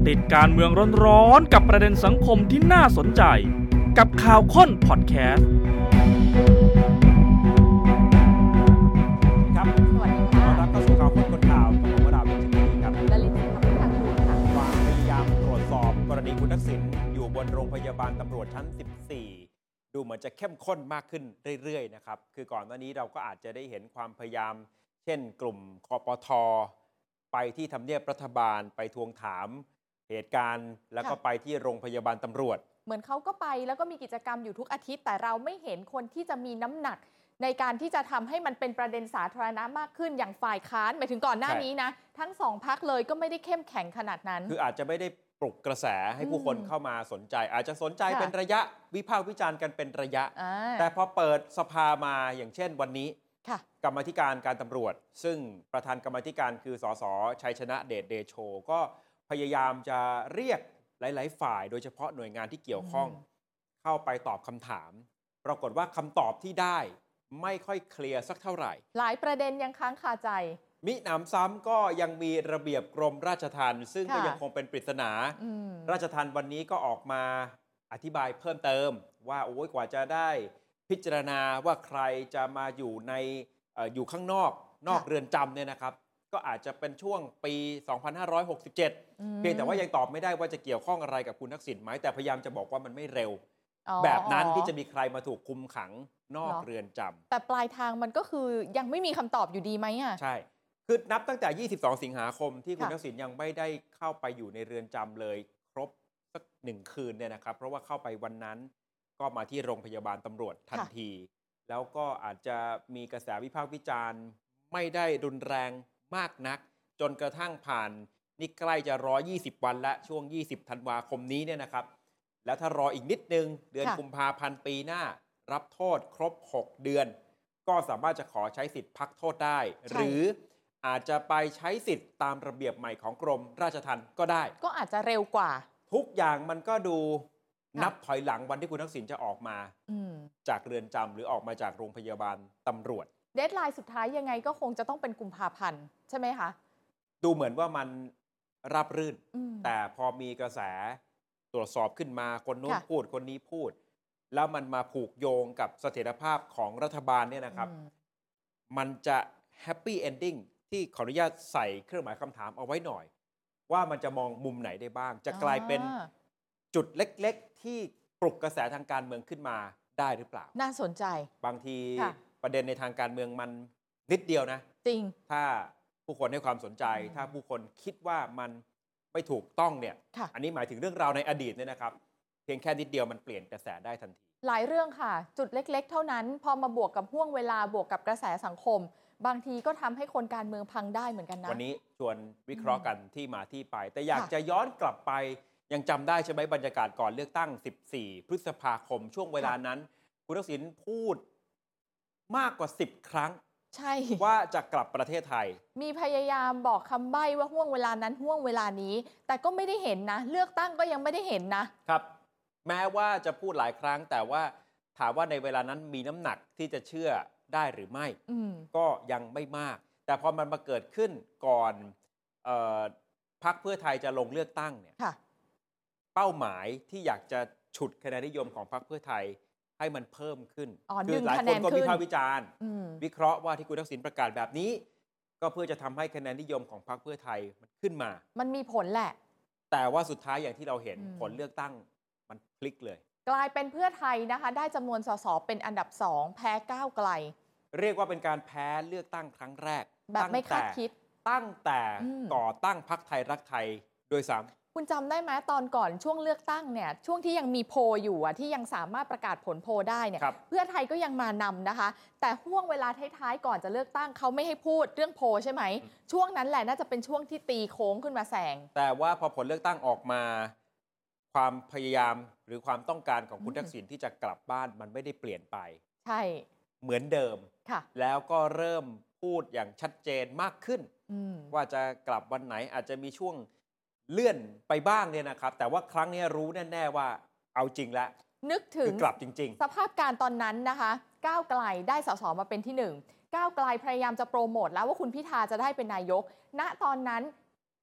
ติดการเมืองร้อนๆกับประเด็นสังคมที่น่าสนใจกับข่าวค้นพอดแคสต์ครับสวัสดีค่ะต้อนรับเข้าสู่ข่าวค้นคนข่าวกับผมวราวิชิตดีครับและลิขิตคำพันธ์ค่ะความพยายามตรวจสอบกรณีคุณทักษิณอยู่บนโรงพยาบาลตำรวจชั้น 14 ดูเหมือนจะเข้มข้นมากขึ้นเรื่อยๆนะครับคือก่อนหน้านี้เราก็อาจจะได้เห็นความพยายามเช่นกลุ่มคปท.ไปที่ทำเนียบรัฐบาลไปทวงถามเหตุการณ์แล้วก็ไปที่โรงพยาบาลตำรวจเหมือนเขาก็ไปแล้วก็มีกิจกรรมอยู่ทุกอาทิตย์แต่เราไม่เห็นคนที่จะมีน้ำหนักในการที่จะทำให้มันเป็นประเด็นสาธารณะมากขึ้นอย่างฝ่ายค้านหมายถึงก่อนหน้านี้นะทั้งสองพรรคเลยก็ไม่ได้เข้มแข็งขนาดนั้นคืออาจจะไม่ได้ปลุกกระแสให้ผู้คนเข้ามาสนใจอาจจะสนใจเป็นระยะวิพากษ์วิจารณ์กันเป็นระยะแต่พอเปิดสภามาอย่างเช่นวันนี้กรรมาธิการการตำรวจซึ่งประธานกรรมาธิการคือสสชัยชนะเดชเดโชก็พยายามจะเรียกหลายๆฝ่ายโดยเฉพาะหน่วยงานที่เกี่ยวข้องเข้าไปตอบคำถามปรากฏว่าคำตอบที่ได้ไม่ค่อยเคลียร์สักเท่าไหร่หลายประเด็นยังค้างคาใจมิหนำซ้ำก็ยังมีระเบียบกรมราชทัณฑ์ซึ่งก็ยังคงเป็นปริศนาราชทัณฑ์วันนี้ก็ออกมาอธิบายเพิ่มเติมว่าโอ้ยกว่าจะได้พิจารณาว่าใครจะมาอยู่ในอยู่ข้างนอกเรือนจำเนี่ยนะครับก็อาจจะเป็นช่วงปี 2567 เพียงแต่ว่ายังตอบไม่ได้ว่าจะเกี่ยวข้องอะไรกับคุณทักษิณไหมแต่พยายามจะบอกว่ามันไม่เร็วแบบนั้นที่จะมีใครมาถูกคุมขังนอกเรือนจำแต่ปลายทางมันก็คือยังไม่มีคำตอบอยู่ดีไหมอ่ะใช่คือนับตั้งแต่ 22 สิงหาคมที่คุณทักษิณยังไม่ได้เข้าไปอยู่ในเรือนจำเลยครบสัก1 คืนเนี่ยนะครับเพราะว่าเข้าไปวันนั้นก็มาที่โรงพยาบาลตำรวจทันทีแล้วก็อาจจะมีกระแสวิพากษ์วิจารณ์ไม่ได้รุนแรงมากนักจนกระทั่งผ่านนี่ใกล้จะ120 วันและช่วง20 ธันวาคมนี้เนี่ยนะครับแล้วถ้ารออีกนิดนึงเดือนกุมภาพันธ์ปีหน้ารับโทษครบ6 เดือนก็สามารถจะขอใช้สิทธิ์พักโทษได้หรืออาจจะไปใช้สิทธิ์ตามระเบียบใหม่ของกรมราชทัณฑ์ก็ได้ก็อาจจะเร็วกว่าทุกอย่างมันก็ดูนับถอยหลังวันที่คุณทักษิณจะออกมาจากเรือนจำหรือออกมาจากโรงพยาบาลตำรวจเดดไลน์สุดท้ายยังไงก็คงจะต้องเป็นกุมภาพันธ์ใช่ไหมคะดูเหมือนว่ามันราบรื่นแต่พอมีกระแสตรวจสอบขึ้นมาคนโน้นพูดคนนี้พูดแล้วมันมาผูกโยงกับเสถียรภาพของรัฐบาลเนี่ยนะครับมันจะแฮปปี้เอนดิ้งที่ขออนุญาตใส่เครื่องหมายคำถามเอาไว้หน่อยว่ามันจะมองมุมไหนได้บ้างจะกลายเป็นจุดเล็กๆที่ปลุกกระแสทางการเมืองขึ้นมาได้หรือเปล่าน่าสนใจบางทีประเด็นในทางการเมืองมันนิดเดียวนะจริงถ้าผู้คนให้ความสนใจถ้าผู้คนคิดว่ามันไม่ถูกต้องเนี่ยอันนี้หมายถึงเรื่องราวในอดีตเนี่ยนะครับเพียงแค่นิดเดียวมันเปลี่ยนกระแสได้ทันทีหลายเรื่องค่ะจุดเล็กๆเท่านั้นพอมาบวกกับห่วงเวลาบวกกับกระแสสังคมบางทีก็ทำให้คนการเมืองพังได้เหมือนกันนะวันนี้ชวนวิเคราะห์กันที่มาที่ไปแต่อยากจะย้อนกลับไปยังจำได้ใช่ไหมบรรยากาศก่อนเลือกตั้ง14 พฤษภาคมช่วงเวลานั้นคุณทักษิณพูดมากกว่า10 ครั้งใช่ว่าจะกลับประเทศไทยมีพยายามบอกคำใบ้ว่าห่วงเวลานั้นห่วงเวลานี้แต่ก็ไม่ได้เห็นนะเลือกตั้งก็ยังไม่ได้เห็นนะครับแม้ว่าจะพูดหลายครั้งแต่ว่าถามว่าในเวลานั้นมีน้ำหนักที่จะเชื่อได้หรือไม่ก็ยังไม่มากแต่พอมันมาเกิดขึ้นก่อนพรรคเพื่อไทยจะลงเลือกตั้งเนี่ยเป้าหมายที่อยากจะฉุดคะแนนนิยมของพรรคเพื่อไทยให้มันเพิ่มขึ้นคือหลายคนก็วิพากษ์วิจารณ์วิเคราะห์ว่าที่คุณทักษิณประกาศแบบนี้ก็เพื่อจะทำให้คะแนนนิยมของพรรคเพื่อไทยมันขึ้นมามันมีผลแหละแต่ว่าสุดท้ายอย่างที่เราเห็นผลเลือกตั้งมันพลิกเลยกลายเป็นเพื่อไทยนะคะได้จำนวนสสเป็นอันดับ2แพ้ก้าวไกลเรียกว่าเป็นการแพ้เลือกตั้งครั้งแรกแบบไม่คาดคิดตั้งแต่ก่อตั้งพรรคไทยรักไทยโดยซ้ำคุณจำได้ไหมตอนก่อนช่วงเลือกตั้งเนี่ยช่วงที่ยังมีโพลอยู่ที่ยังสามารถประกาศผลโพลได้เนี่ยเพื่อไทยก็ยังมานำนะคะแต่ห่วงเวลาท้ายๆก่อนจะเลือกตั้งเขาไม่ให้พูดเรื่องโพลใช่ไหมช่วงนั้นแหละน่าจะเป็นช่วงที่ตีโค้งขึ้นมาแซงแต่ว่าพอผลเลือกตั้งออกมาความพยายามหรือความต้องการของคุณทักษิณที่จะกลับบ้านมันไม่ได้เปลี่ยนไปใช่เหมือนเดิมแล้วก็เริ่มพูดอย่างชัดเจนมากขึ้นว่าจะกลับวันไหนอาจจะมีช่วงเลื่อนไปบ้างเนี่ยนะครับแต่ว่าครั้งนี้รู้แน่ๆว่าเอาจริงแล้วนึกถึงกลับจริงๆสภาพการตอนนั้นนะคะก้าวไกลได้สสมาเป็นที่1ก้าวไกลพยายามจะโปรโมทแล้วว่าคุณพิธาจะได้เป็นนายกณตอนนั้น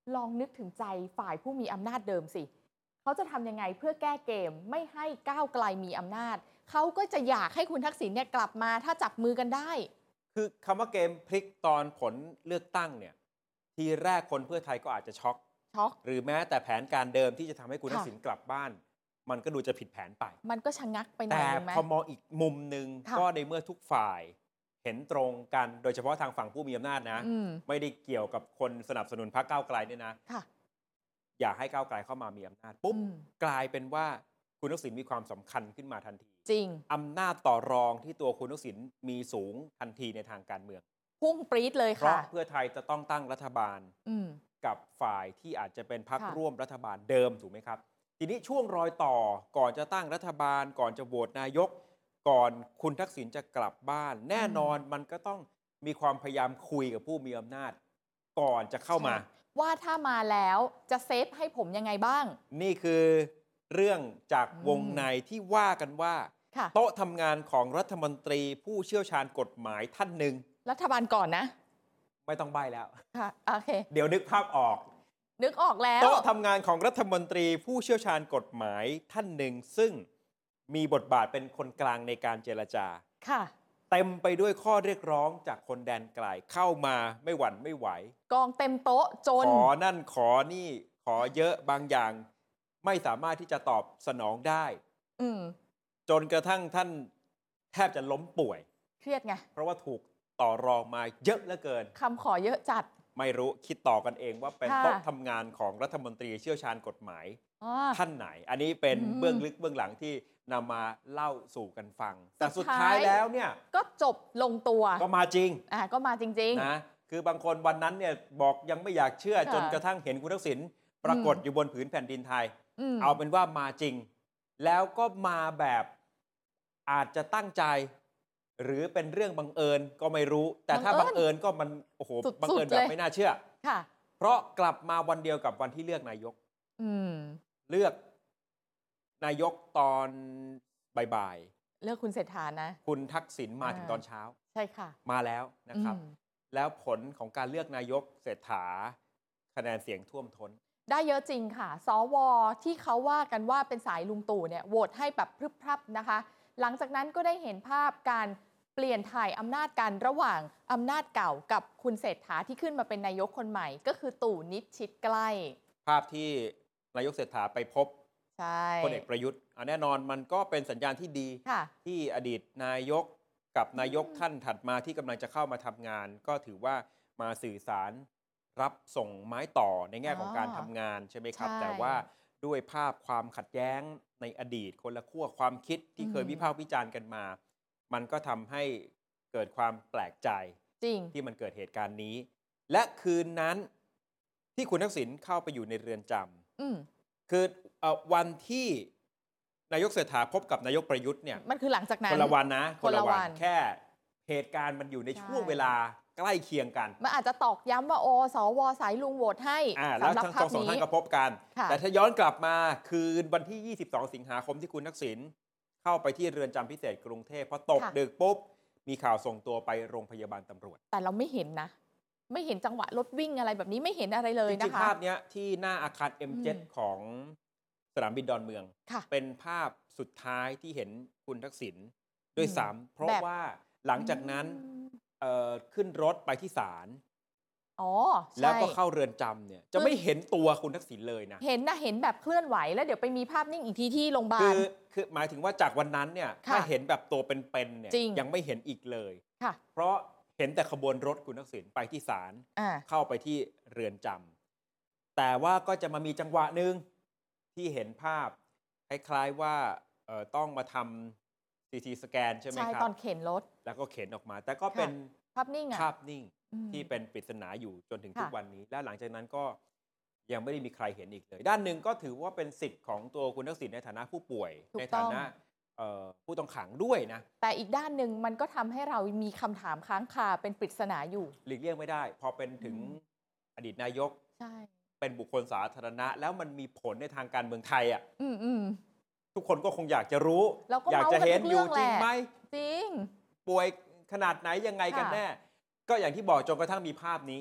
ลองนึกถึงใจฝ่ายผู้มีอำนาจเดิมสิเขาจะทำยังไงเพื่อแก้เกมไม่ให้ก้าวไกลมีอำนาจเขาก็จะอยากให้คุณทักษิณเนี่ยกลับมาถ้าจับมือกันได้คือคำว่าเกมพลิกตอนผลเลือกตั้งเนี่ยทีแรกคนเพื่อไทยก็อาจจะช็อก หรือแม้แต่แผนการเดิมที่จะทำให้คุณทักษิณกลับบ้าน มันก็ดูจะผิดแผนไปมันก็ชะงักไปหน่อยแต่นึงไหมพอมองอีกมุมหนึ่งก็ในเมื่อทุกฝ่ายเห็นตรงกันโดยเฉพาะทางฝั่งผู้มีอำนาจนะไม่ได้เกี่ยวกับคนสนับสนุนพรรคก้าวไกลเนี่ยนะอยากให้ก้าวไกลเข้ามามีอำนาจปุ๊บกลายเป็นว่าคุณทักษิณมีความสำคัญขึ้นมาทันทีจริงอำนาจต่อรองที่ตัวคุณทักษิณมีสูงทันทีในทางการเมืองพุ่งปรี๊ดเลยค่ะเพราะเพื่อไทยจะต้องตั้งรัฐบาลกับฝ่ายที่อาจจะเป็นพรรคร่วมรัฐบาลเดิมถูกไหมครับทีนี้ช่วงรอยต่อก่อนจะตั้งรัฐบาลก่อนจะโหวตนายกก่อนคุณทักษิณจะกลับบ้านแน่นอนมันก็ต้องมีความพยายามคุยกับผู้มีอำนาจก่อนจะเข้ามาว่าถ้ามาแล้วจะเซฟให้ผมยังไงบ้างนี่คือเรื่องจากวงในที่ว่ากันว่าโต๊ะทำงานของรัฐมนตรีผู้เชี่ยวชาญกฎหมายท่านหนึ่งรัฐบาลก่อนนะไม่ต้องใบ้แล้วค่ะโอเคเดี๋ยวนึกภาพออกนึกออกแล้วโต๊ะทำงานของรัฐมนตรีผู้เชี่ยวชาญกฎหมายท่านหนึ่งซึ่งมีบทบาทเป็นคนกลางในการเจรจาค่ะเต็มไปด้วยข้อเรียกร้องจากคนแดนไกลเข้ามาไม่หวั่นไม่ไหวกองเต็มโต๊ะจนขอนั่นขอนี่ขอเยอะบางอย่างไม่สามารถที่จะตอบสนองได้จนกระทั่งท่านแทบจะล้มป่วยเครียดไงเพราะว่าถูกต่อรองมาเยอะเหลือเกินคำขอเยอะจัดไม่รู้คิดต่อกันเองว่าเป็นโต๊ะทำงานของรัฐมนตรีเชี่ยวชาญกฎหมายท่านไหนอันนี้เป็นเบื้องลึกเบื้องหลังที่นำมาเล่าสู่กันฟังแต่สุดท้ายแล้วเนี่ยก็จบลงตัวก็มาจริงก็มาจริงๆนะคือบางคนวันนั้นเนี่ยบอกยังไม่อยากเชื่อจนกระทั่งเห็นคุณทักษิณปรากฏอยู่บนผืนแผ่นดินไทยเอาเป็นว่ามาจริงแล้วก็มาแบบอาจจะตั้งใจหรือเป็นเรื่องบังเอิญก็ไม่รู้แต่ถ้าบังเอิญก็มันโอ้โหบังเอิญแบบไม่น่าเชื่อเพราะกลับมาวันเดียวกับวันที่เลือกนายกเลือกนายกตอนบ่ายๆเลือกคุณเศรษฐานะคุณทักษิณมาถึงตอนเช้าใช่ค่ะมาแล้วนะครับแล้วผลของการเลือกนายกเศรษฐาคะแนนเสียงท่วมท้นได้เยอะจริงค่ะสวที่เขาว่ากันว่าเป็นสายลุงตู่เนี่ยโหวตให้แบบพรึบพรับนะคะหลังจากนั้นก็ได้เห็นภาพการเปลี่ยนถ่ายอำนาจกันระหว่างอำนาจเก่ากับคุณเศรษฐาที่ขึ้นมาเป็นนายกคนใหม่ก็คือตู่นิดชิดใกล้ภาพที่นายกเศรษฐาไปพบพลเอกประยุทธ์แน่นอนมันก็เป็นสัญญาณที่ดีที่อดีตนายกกับนายกท่านถัดมาที่กำลังจะเข้ามาทำงานก็ถือว่ามาสื่อสารรับส่งไม้ต่อในแง่ของการทำงานใช่ไหมครับแต่ว่าด้วยภาพความขัดแย้งในอดีตคนละขั้วความคิดที่เคยวิพากษ์วิจารณ์กันมามันก็ทำให้เกิดความแปลกใจที่มันเกิดเหตุการณ์นี้และคืนนั้นที่คุณทักษิณเข้าไปอยู่ในเรือนจำคือวันที่นายกเศรษฐาพบกับนายกประยุทธ์เนี่ยมันคือหลังจากนั้นคนละวันนะคนละวันแค่เหตุการณ์มันอยู่ในช่วงเวลาใกล้เคียงกันมันอาจจะตอกย้ำว่าสวสายลุงโหวตให้แล้วทั้งสองท่านก็พบกันแต่ถ้าย้อนกลับมาคืนวันที่22สิงหาคมที่คุณทักษิณเข้าไปที่เรือนจำพิเศษกรุงเทพพอตกดึกปุ๊บมีข่าวส่งตัวไปโรงพยาบาลตำรวจแต่เราไม่เห็นนะไม่เห็นจังหวะรถวิ่งอะไรแบบนี้ไม่เห็นอะไรเลยนะคะจริงๆภาพนี้ที่หน้าอาคาร M7 ของสนามบินดอนเมืองเป็นภาพสุดท้ายที่เห็นคุณทักษิณด้วยซ้ำเพราะว่าหลังจากนั้นขึ้นรถไปที่ศาลแล้วก็เข้าเรือนจำเนี่ยจะไม่เห็นตัวคุณทักษิณเลยนะเห็นแบบเคลื่อนไหวแล้วเดี๋ยวไปมีภาพนิ่งอีกทีที่โรงพยาบาลคือหมายถึงว่าจากวันนั้นเนี่ยถ้าเห็นแบบตัวเป็นๆเนี่ยยังไม่เห็นอีกเลยเพราะเห็นแต่ขบวนรถคุณทักษิณไปที่ศาลเข้าไปที่เรือนจำแต่ว่าก็จะมามีจังหวะหนึ่งที่เห็นภาพคล้ายๆว่าต้องมาทำCT สแกนใช่ไหมครับตอนเข็นรถแล้วก็เข็นออกมาแต่ก็เป็นภาพนิ่งที่เป็นปริศนาอยู่จนถึงทุกวันนี้และหลังจากนั้นก็ยังไม่ได้มีใครเห็นอีกเลยด้านหนึ่งก็ถือว่าเป็นสิทธิ์ของตัวคุณทักษิณในฐานะผู้ป่วยในฐานะผู้ต้องขังด้วยนะแต่อีกด้านหนึ่งมันก็ทำให้เรามีคำถามค้างคาเป็นปริศนาอยู่หลีกเลี่ยงไม่ได้พอเป็นถึงอดีตนายกเป็นบุคคลสาธารณะแล้วมันมีผลในทางการเมืองไทยอ่ะทุกคนก็คงอยากจะรู้อยากจะเห็นอยู่จริงไหมจริงป่วยขนาดไหนยังไงกันแน่ก็อย่างที่บอกจนกระทั่งมีภาพนี้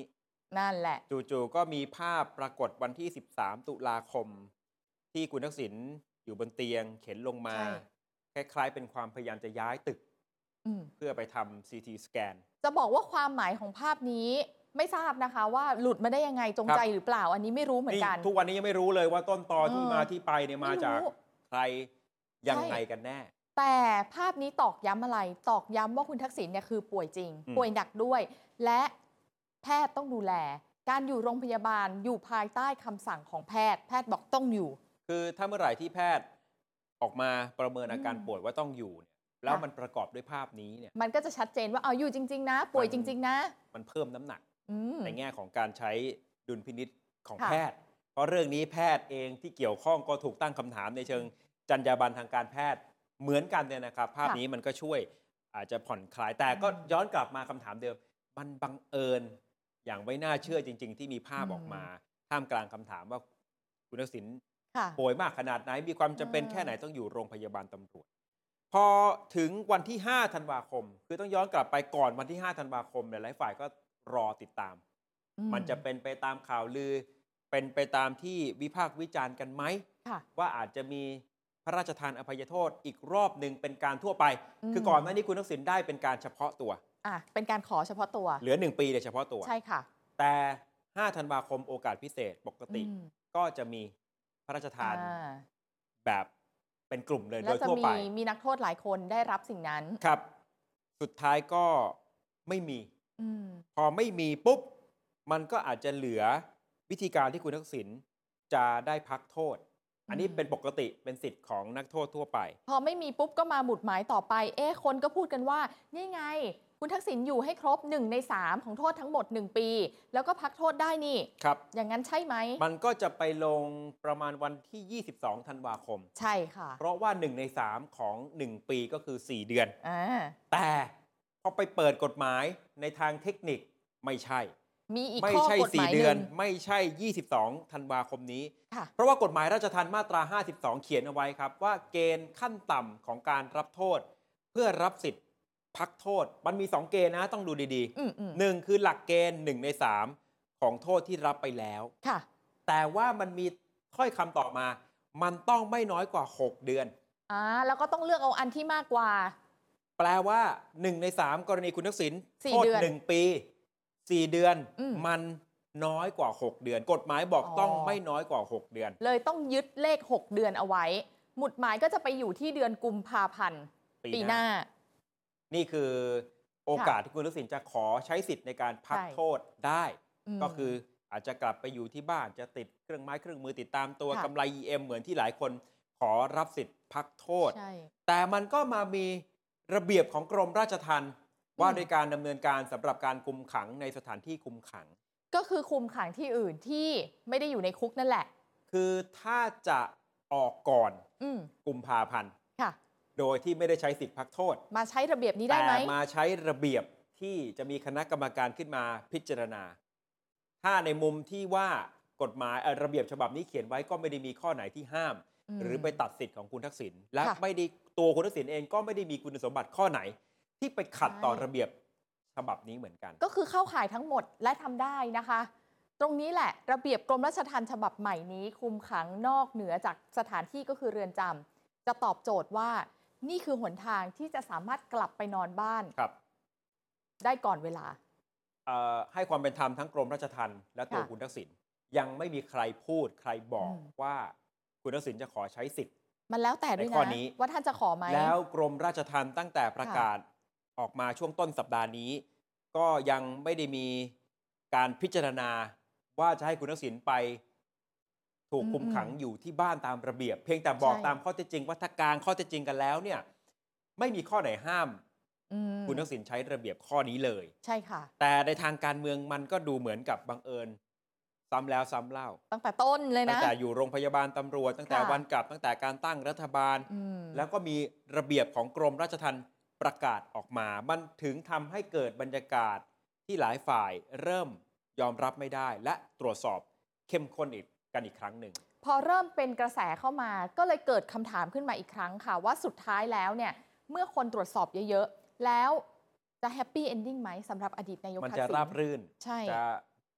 นั่นแหละจู่ๆก็มีภาพปรากฏวันที่13 ตุลาคม ที่คุณทักษิณอยู่บนเตียงเข็นลงมาใช่คล้ายๆเป็นความพยายามจะย้ายตึก เพื่อไปทำ CT สแกนจะบอกว่าความหมายของภาพนี้ไม่ทราบนะคะว่าหลุดมาได้ยังไงจงใจหรือเปล่าอันนี้ไม่รู้เหมือนกันทุกวันนี้ยังไม่รู้เลยว่าต้นตอที่มาที่ไปเนี่ยมาจากไม่รู้ใครยังไงกันแน่แต่ภาพนี้ตอกย้ำอะไร ตอกย้ำว่าคุณทักษิณเนี่ยคือป่วยจริง ป่วยหนักด้วย และแพทย์ต้องดูแล การอยู่โรงพยาบาลอยู่ภายใต้คำสั่งของแพทย์ แพทย์บอกต้องอยู่คือถ้าเมื่อไหร่ที่แพทย์ออกมาประเมินอาการป่วยว่าต้องอยู่เนี่ยแล้วมันประกอบด้วยภาพนี้เนี่ยมันก็จะชัดเจนว่าเอาอยู่จริงๆนะ ป่วยจริงๆนะมันเพิ่มน้ำหนักมในแง่ของการใช้ดุลพินิษของค่ะแพทย์ เพราะเรื่องนี้แพทย์เองที่เกี่ยวข้องก็ถูกตั้งคำถามในเชิงจรรยาบรรณทางการแพทย์เหมือนกันเนี่ยนะครับ ภาพนี้มันก็ช่วยอาจจะผ่อนคลาย แต่ก็ย้อนกลับมาคำถามเดิม มันบังเอิญอย่างไม่น่าเชื่อจริง ๆ ที่มีภาพออกมาท่ามกลางคำถามว่าคุณทักษิณค่ะป่วยมากขนาดไหนมีความจำเป็นแค่ไหนต้องอยู่โรงพยาบาลตำรวจ พอถึงวันที่ 5 ธันวาคม คือต้องย้อนกลับไปก่อนวันที่ 5 ธันวาคมหลายฝ่ายก็รอติดตาม มันจะเป็นไปตามข่าวลือ เป็นไปตามที่วิพากษ์วิจารณ์กันไหมค่ะว่าอาจจะมีพระราชทานอภัยโทษอีกรอบหนึ่งเป็นการทั่วไปอืมคือก่อนหน้านี้คุณทักษิณได้เป็นการเฉพาะตัวเป็นการขอเฉพาะตัวเหลือ 1 ปีเลยเฉพาะตัวใช่ค่ะแต่ 5 ธันวาคมโอกาสพิเศษปกติ ก็จะมีพระราชทานแบบเป็นกลุ่มเลยโดแล้วยจะทั่วไปมีนักโทษหลายคนได้รับสิ่งนั้นครับ สุดท้ายก็ไม่มีอืมพอไม่มีปุ๊บ มันก็อาจจะเหลือวิธีการที่คุณทักษิณจะได้พักโทษ อันนี้เป็นปกติเป็นสิทธิ์ของนักโทษทั่วไปพอไม่มีปุ๊บก็มาหมุดหมายต่อไป คนก็พูดกันว่า นี่ไง คุณทักษิณอยู่ให้ครบ1 ใน 3 ของโทษทั้งหมด 1 ปี แล้วก็พักโทษได้นี่ครับอย่างนั้นใช่ไหมมันก็จะไปลงประมาณวันที่ 22 ธันวาคมใช่ค่ะเพราะว่า 1 ใน 3 ของ 1 ปีก็คือ 4 เดือนอ่าแต่พอไปเปิดกฎหมายในทางเทคนิคไม่ใช่มีอีกไม่ข้อใช่กฎหมาย 4 หเดือนนึ่งไม่ใช่ 22 ธันวาคมนี้ค่ะเพราะว่ากฎหมายราชทัณฑ์มาตรา 52 เขียนเอาไว้ครับ ว่าเกณฑ์ขั้นต่ำของการรับโทษ เพื่อรับสิทธิ์พักโทษ มันมี 2 เกณฑ์นะต้องดูดีอืมๆ 1 คือหลักเกณฑ์ 1 ใน 3 ของโทษที่รับไปแล้วค่ะแต่ว่ามันมีถ้อยคำต่อมา มันต้องไม่น้อยกว่า 6 เดือนแล้วก็ต้องเลือกเอาอันที่มากกว่าแปลว่า 1 ใน 3 กรณีคุณทักษิณ 4 โทษเดือน 1 ปี 4 เดือนอืมมันน้อยกว่า 6 เดือน กฎหมายบอกต้องไม่น้อยกว่า 6 เดือนเลยต้องยึดเลข 6 เดือนเอาไว้ หมุดหมายก็จะไปอยู่ที่เดือนกุมภาพันธ์ ปีหน้านี่คือโอกาสที่คุณทักษิณจะขอใช้สิทธิ์ในการพักใช่โทษได้มก็คืออาจจะกลับไปอยู่ที่บ้านจะติดเครื่องไม้เครื่องมือติดตามตัวค่ะกำไร EM เหมือนที่หลายคนขอรับสิทธิ์พักโทษใช่แต่มันก็มามีระเบียบของกรมราชทัณฑ์ว่าด้วยการดำเนินการสำหรับการคุมขังในสถานที่คุมขังก็คือคุมขังที่อื่นที่ไม่ได้อยู่ในคุกนั่นแหละคือถ้าจะออกก่อนอืมกุมภาพันธ์ค่ะโดยที่ไม่ได้ใช้สิทธิ์พักโทษมาใช้ระเบียบนี้ได้ไหมแต่มาใช้ระเบียบที่จะมีคณะกรรมการขึ้นมาพิจารณา ถ้าในมุมที่ว่ากฎหมายระเบียบฉบับนี้เขียนไว้ก็ไม่ได้มีข้อไหนที่ห้าม หรือไปตัดสิทธิ์ของคุณทักษิณและค่ะไม่ได้ตัวคุณทักษิณเองก็ไม่ได้มีคุณสมบัติข้อไหน ที่ไปขัดต่อใช่ระเบียบฉบับนี้เหมือนกันก็คือเข้าข่ายทั้งหมดและทำได้นะคะ ตรงนี้แหละระเบียบกรมราชทัณฑ์ฉบับใหม่นี้ คุมขังนอกเหนือจากสถานที่ก็คือเรือนจำจะตอบโจทย์ว่านี่คือหนทางที่จะสามารถกลับไปนอนบ้านครับได้ก่อนเวลาให้ความเป็นธรรมทั้งกรมราชทัณฑ์และตัวค่ะคุณทักษิณยังไม่มีใครพูดใครบอกอืมว่าคุณทักษิณจะขอใช้สิทธิ์มันแล้วแต่ด้วยในข้อนะนี้ว่าท่านจะขอไหมแล้วกรมราชทัณฑ์ตั้งแต่ประกาศออกมาช่วงต้นสัปดาห์นี้ ก็ยังไม่ได้มีการพิจารณาว่าจะให้คุณทักษิณไปถูกคุมขังอยู่ที่บ้านตามระเบียบ เพียงแต่บอกใช่ตามข้อเท็จจริงว่าถ้ากลางข้อเท็จจริงกันแล้วเนี่ยไม่มีข้อไหนห้ามอืมคุณทักษิณใช้ระเบียบข้อนี้เลยใช่ค่ะแต่ในทางการเมืองมันก็ดูเหมือนกับบังเอิญซ้ำแล้วซ้ำเล่าตั้งแต่ต้นเลยตั้นะงแต่อยู่โรงพยาบาลตำรวจตั้งแต่ค่ะวันกลับตั้งแต่การตั้งรัฐบาลอืมแล้วก็มีระเบียบของกรมราชทัณฑ์ประกาศออกมา มันถึงทำให้เกิดบรรยากาศที่หลายฝ่ายเริ่มยอมรับไม่ได้ และตรวจสอบเข้มข้นกันอีกครั้งหนึ่งพอเริ่มเป็นกระแสเข้ามาก็เลยเกิดคำถามขึ้นมาอีกครั้งค่ะ ว่าสุดท้ายแล้วเนี่ยเมื่อคนตรวจสอบเยอะๆ แล้วจะแฮปปี้เอนดิ้งไหมสำหรับอดีตนายกมันทักจะษิณราบรื่นใช่จะ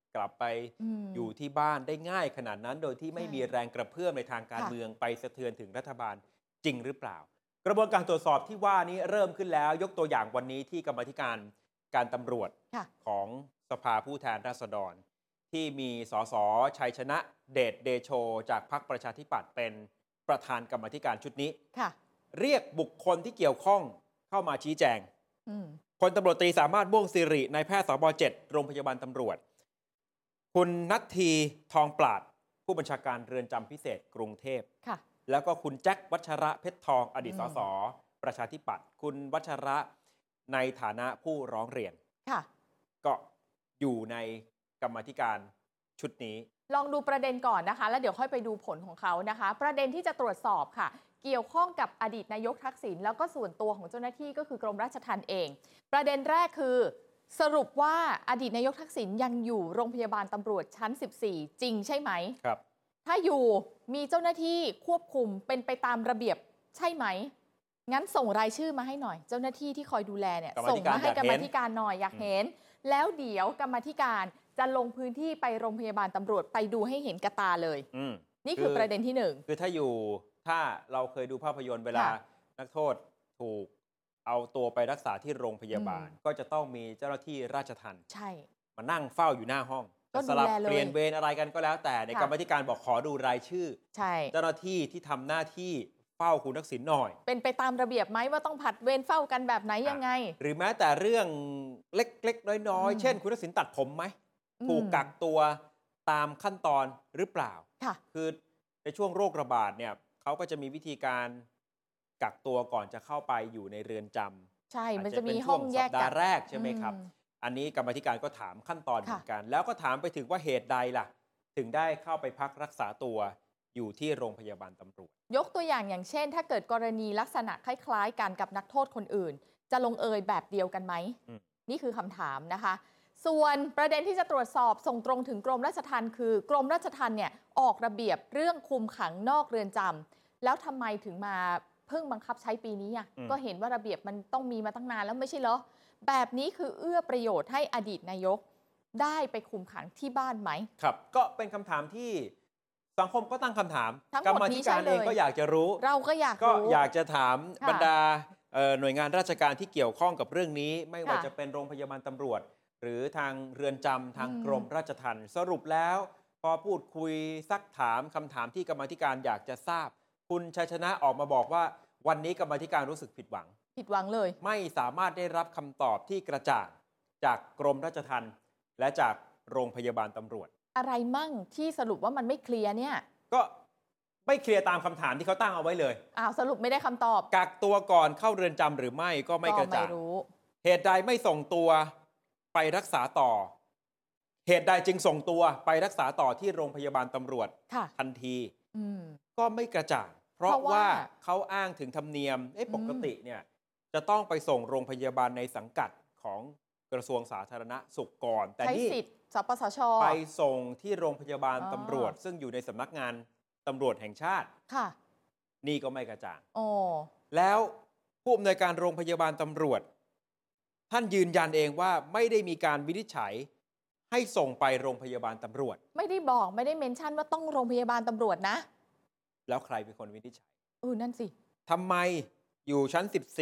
กลับไปอยู่ที่บ้านได้ง่ายขนาดนั้น โดยที่ไม่มีแรงกระเพื่อมในทางการเมืองไปสะเทือนถึงรัฐบาลจริงหรือเปล่ากระบวนการตรวจสอบที่ว่านี้เริ่มขึ้นแล้วยกตัวอย่างวันนี้ที่กรรมาธิการการตำรวจของสภาผู้แทนราษฎรที่มีสสชัยชนะเดชเดโชจากพรรคประชาธิปัตย์เป็นประธานกรรมาธิการชุดนี้เรียกบุคคลที่เกี่ยวข้องเข้ามาชี้แจงพลตำรวจตรีสามารถม่วงสิรินายแพทย์สบ7โรงพยาบาลตำรวจคุณณัฐทีทองปราดผู้บัญชาการเรือนจำพิเศษกรุงเทพแล้วก็คุณแจ็ควัชระเพชรทองอดีตสสประชาธิปัตย์คุณวัชระในฐานะผู้ร้องเรียนก็อยู่ในกรรมาธิการชุดนี้ลองดูประเด็นก่อนนะคะแล้วเดี๋ยวค่อยไปดูผลของเขานะคะประเด็นที่จะตรวจสอบค่ะเกี่ยวข้องกับอดีตนายกทักษิณแล้วก็ส่วนตัวของเจ้าหน้าที่ก็คือกรมราชทัณฑ์เองประเด็นแรกคือสรุปว่าอดีตนายกทักษิณยังอยู่โรงพยาบาลตำรวจชั้น14จริงใช่ไหมครับถ้าอยู่มีเจ้าหน้าที่ควบคุมเป็นไปตามระเบียบใช่ไหมงั้นส่งรายชื่อมาให้หน่อยเจ้าหน้าที่ที่คอยดูแลเนี่ยส่งมาให้กรรมาธิการหน่อยอยากเห็นแล้วเดี๋ยวกรรมาธิการจะลงพื้นที่ไปโรงพยาบาลตำรวจไปดูให้เห็นกระตาเลยนี่คือประเด็นที่1 คือถ้าเราเคยดูภาพยนตร์เวลานักโทษถูกเอาตัวไปรักษาที่โรงพยาบาลก็จะต้องมีเจ้าหน้าที่ราชทัณฑ์มานั่งเฝ้าอยู่หน้าห้องสลับเปลี่ยนเวรอะไรกันก็แล้วแต่ในกรรมาธิการบอกขอดูรายชื่อเจ้าหน้าที่ที่ทำหน้าที่เฝ้าคุณทักษิณหน่อยเป็นไปตามระเบียบไหมว่าต้องผัดเวรเฝ้ากันแบบไหนยังไงหรือแม้แต่เรื่องเล็กๆน้อยๆเช่นคุณทักษิณตัดผมไหมถูกกักตัวตามขั้นตอนหรือเปล่าคือในช่วงโรคระบาดเนี่ยเขาก็จะมีวิธีการกักตัวก่อนจะเข้าไปอยู่ในเรือนจำใช่มันจะมีห้องแยกสัปดาห์แรกใช่ไหมครับอันนี้กรรมาธิการก็ถามขั้นตอนเหมือนกันแล้วก็ถามไปถึงว่าเหตุใดล่ะถึงได้เข้าไปพักรักษาตัวอยู่ที่โรงพยาบาลตำรวจยกตัวอย่างเช่นถ้าเกิดกรณีลักษณะคล้ายๆกันกับนักโทษคนอื่นจะลงเอยแบบเดียวกันไหมนี่คือคำถามนะคะส่วนประเด็นที่จะตรวจสอบส่งตรงถึงกรมราชทัณฑ์คือกรมราชทัณฑ์เนี่ยออกระเบียบเรื่องคุมขังนอกเรือนจำแล้วทำไมถึงมาเพิ่งบังคับใช้ปีนี้อ่ะก็เห็นว่าระเบียบมันต้องมีมาตั้งนานแล้วไม่ใช่เหรอแบบนี้คือเอื้อประโยชน์ให้อดีตนายกได้ไปคุมขังที่บ้านไหมครับก็เป็นคำถามที่สังคมก็ตั้งคำถามกรรมาธิการเองก็อยากจะรู้เราก็อยากจะถามบรรดาหน่วยงานราชการที่เกี่ยวข้องกับเรื่องนี้ไม่ว่าจะเป็นโรงพยาบาลตำรวจหรือทางเรือนจำทางกรมราชทัณฑ์สรุปแล้วพอพูดคุยซักถามคำถามที่กรรมาธิการอยากจะทราบคุณชัยชนะออกมาบอกว่าวันนี้กรรมาธิการรู้สึกผิดหวังเลยไม่สามารถได้รับคำตอบที่กระจ่างจากกรมราชทัณฑ์และจากโรงพยาบาลตำรวจอะไรมั่งที่สรุปว่ามันไม่เคลียร์เนี่ยก็ไม่เคลียร์ตามคำถามที่เขาตั้งเอาไว้เลยสรุปไม่ได้คำตอบกักตัวก่อนเข้าเรือนจำหรือไม่ก็ไม่กระจ่างเหตุใดไม่ส่งตัวไปรักษาต่อเหตุใดจึงส่งตัวไปรักษาต่อที่โรงพยาบาลตำรวจทันทีก็ไม่กระจ่างเพราะว่าเขาอ้างถึงธรรมเนียมปกติเนี่ยจะต้องไปส่งโรงพยาบาลในสังกัดของกระทรวงสาธารณสุขก่อนแต่นี่สปสช. ไปส่งที่โรงพยาบาลตำรวจซึ่งอยู่ในสำนักงานตำรวจแห่งชาตินี่ก็ไม่กระจ่างแล้วผู้อำนวยการโรงพยาบาลตำรวจท่านยืนยันเองว่าไม่ได้มีการวินิจฉัยให้ส่งไปโรงพยาบาลตำรวจไม่ได้บอกไม่ได้เมนชั่นว่าต้องโรงพยาบาลตำรวจนะแล้วใครเป็นคนวินิจฉัยนั่นสิทำไมอยู่ชั้น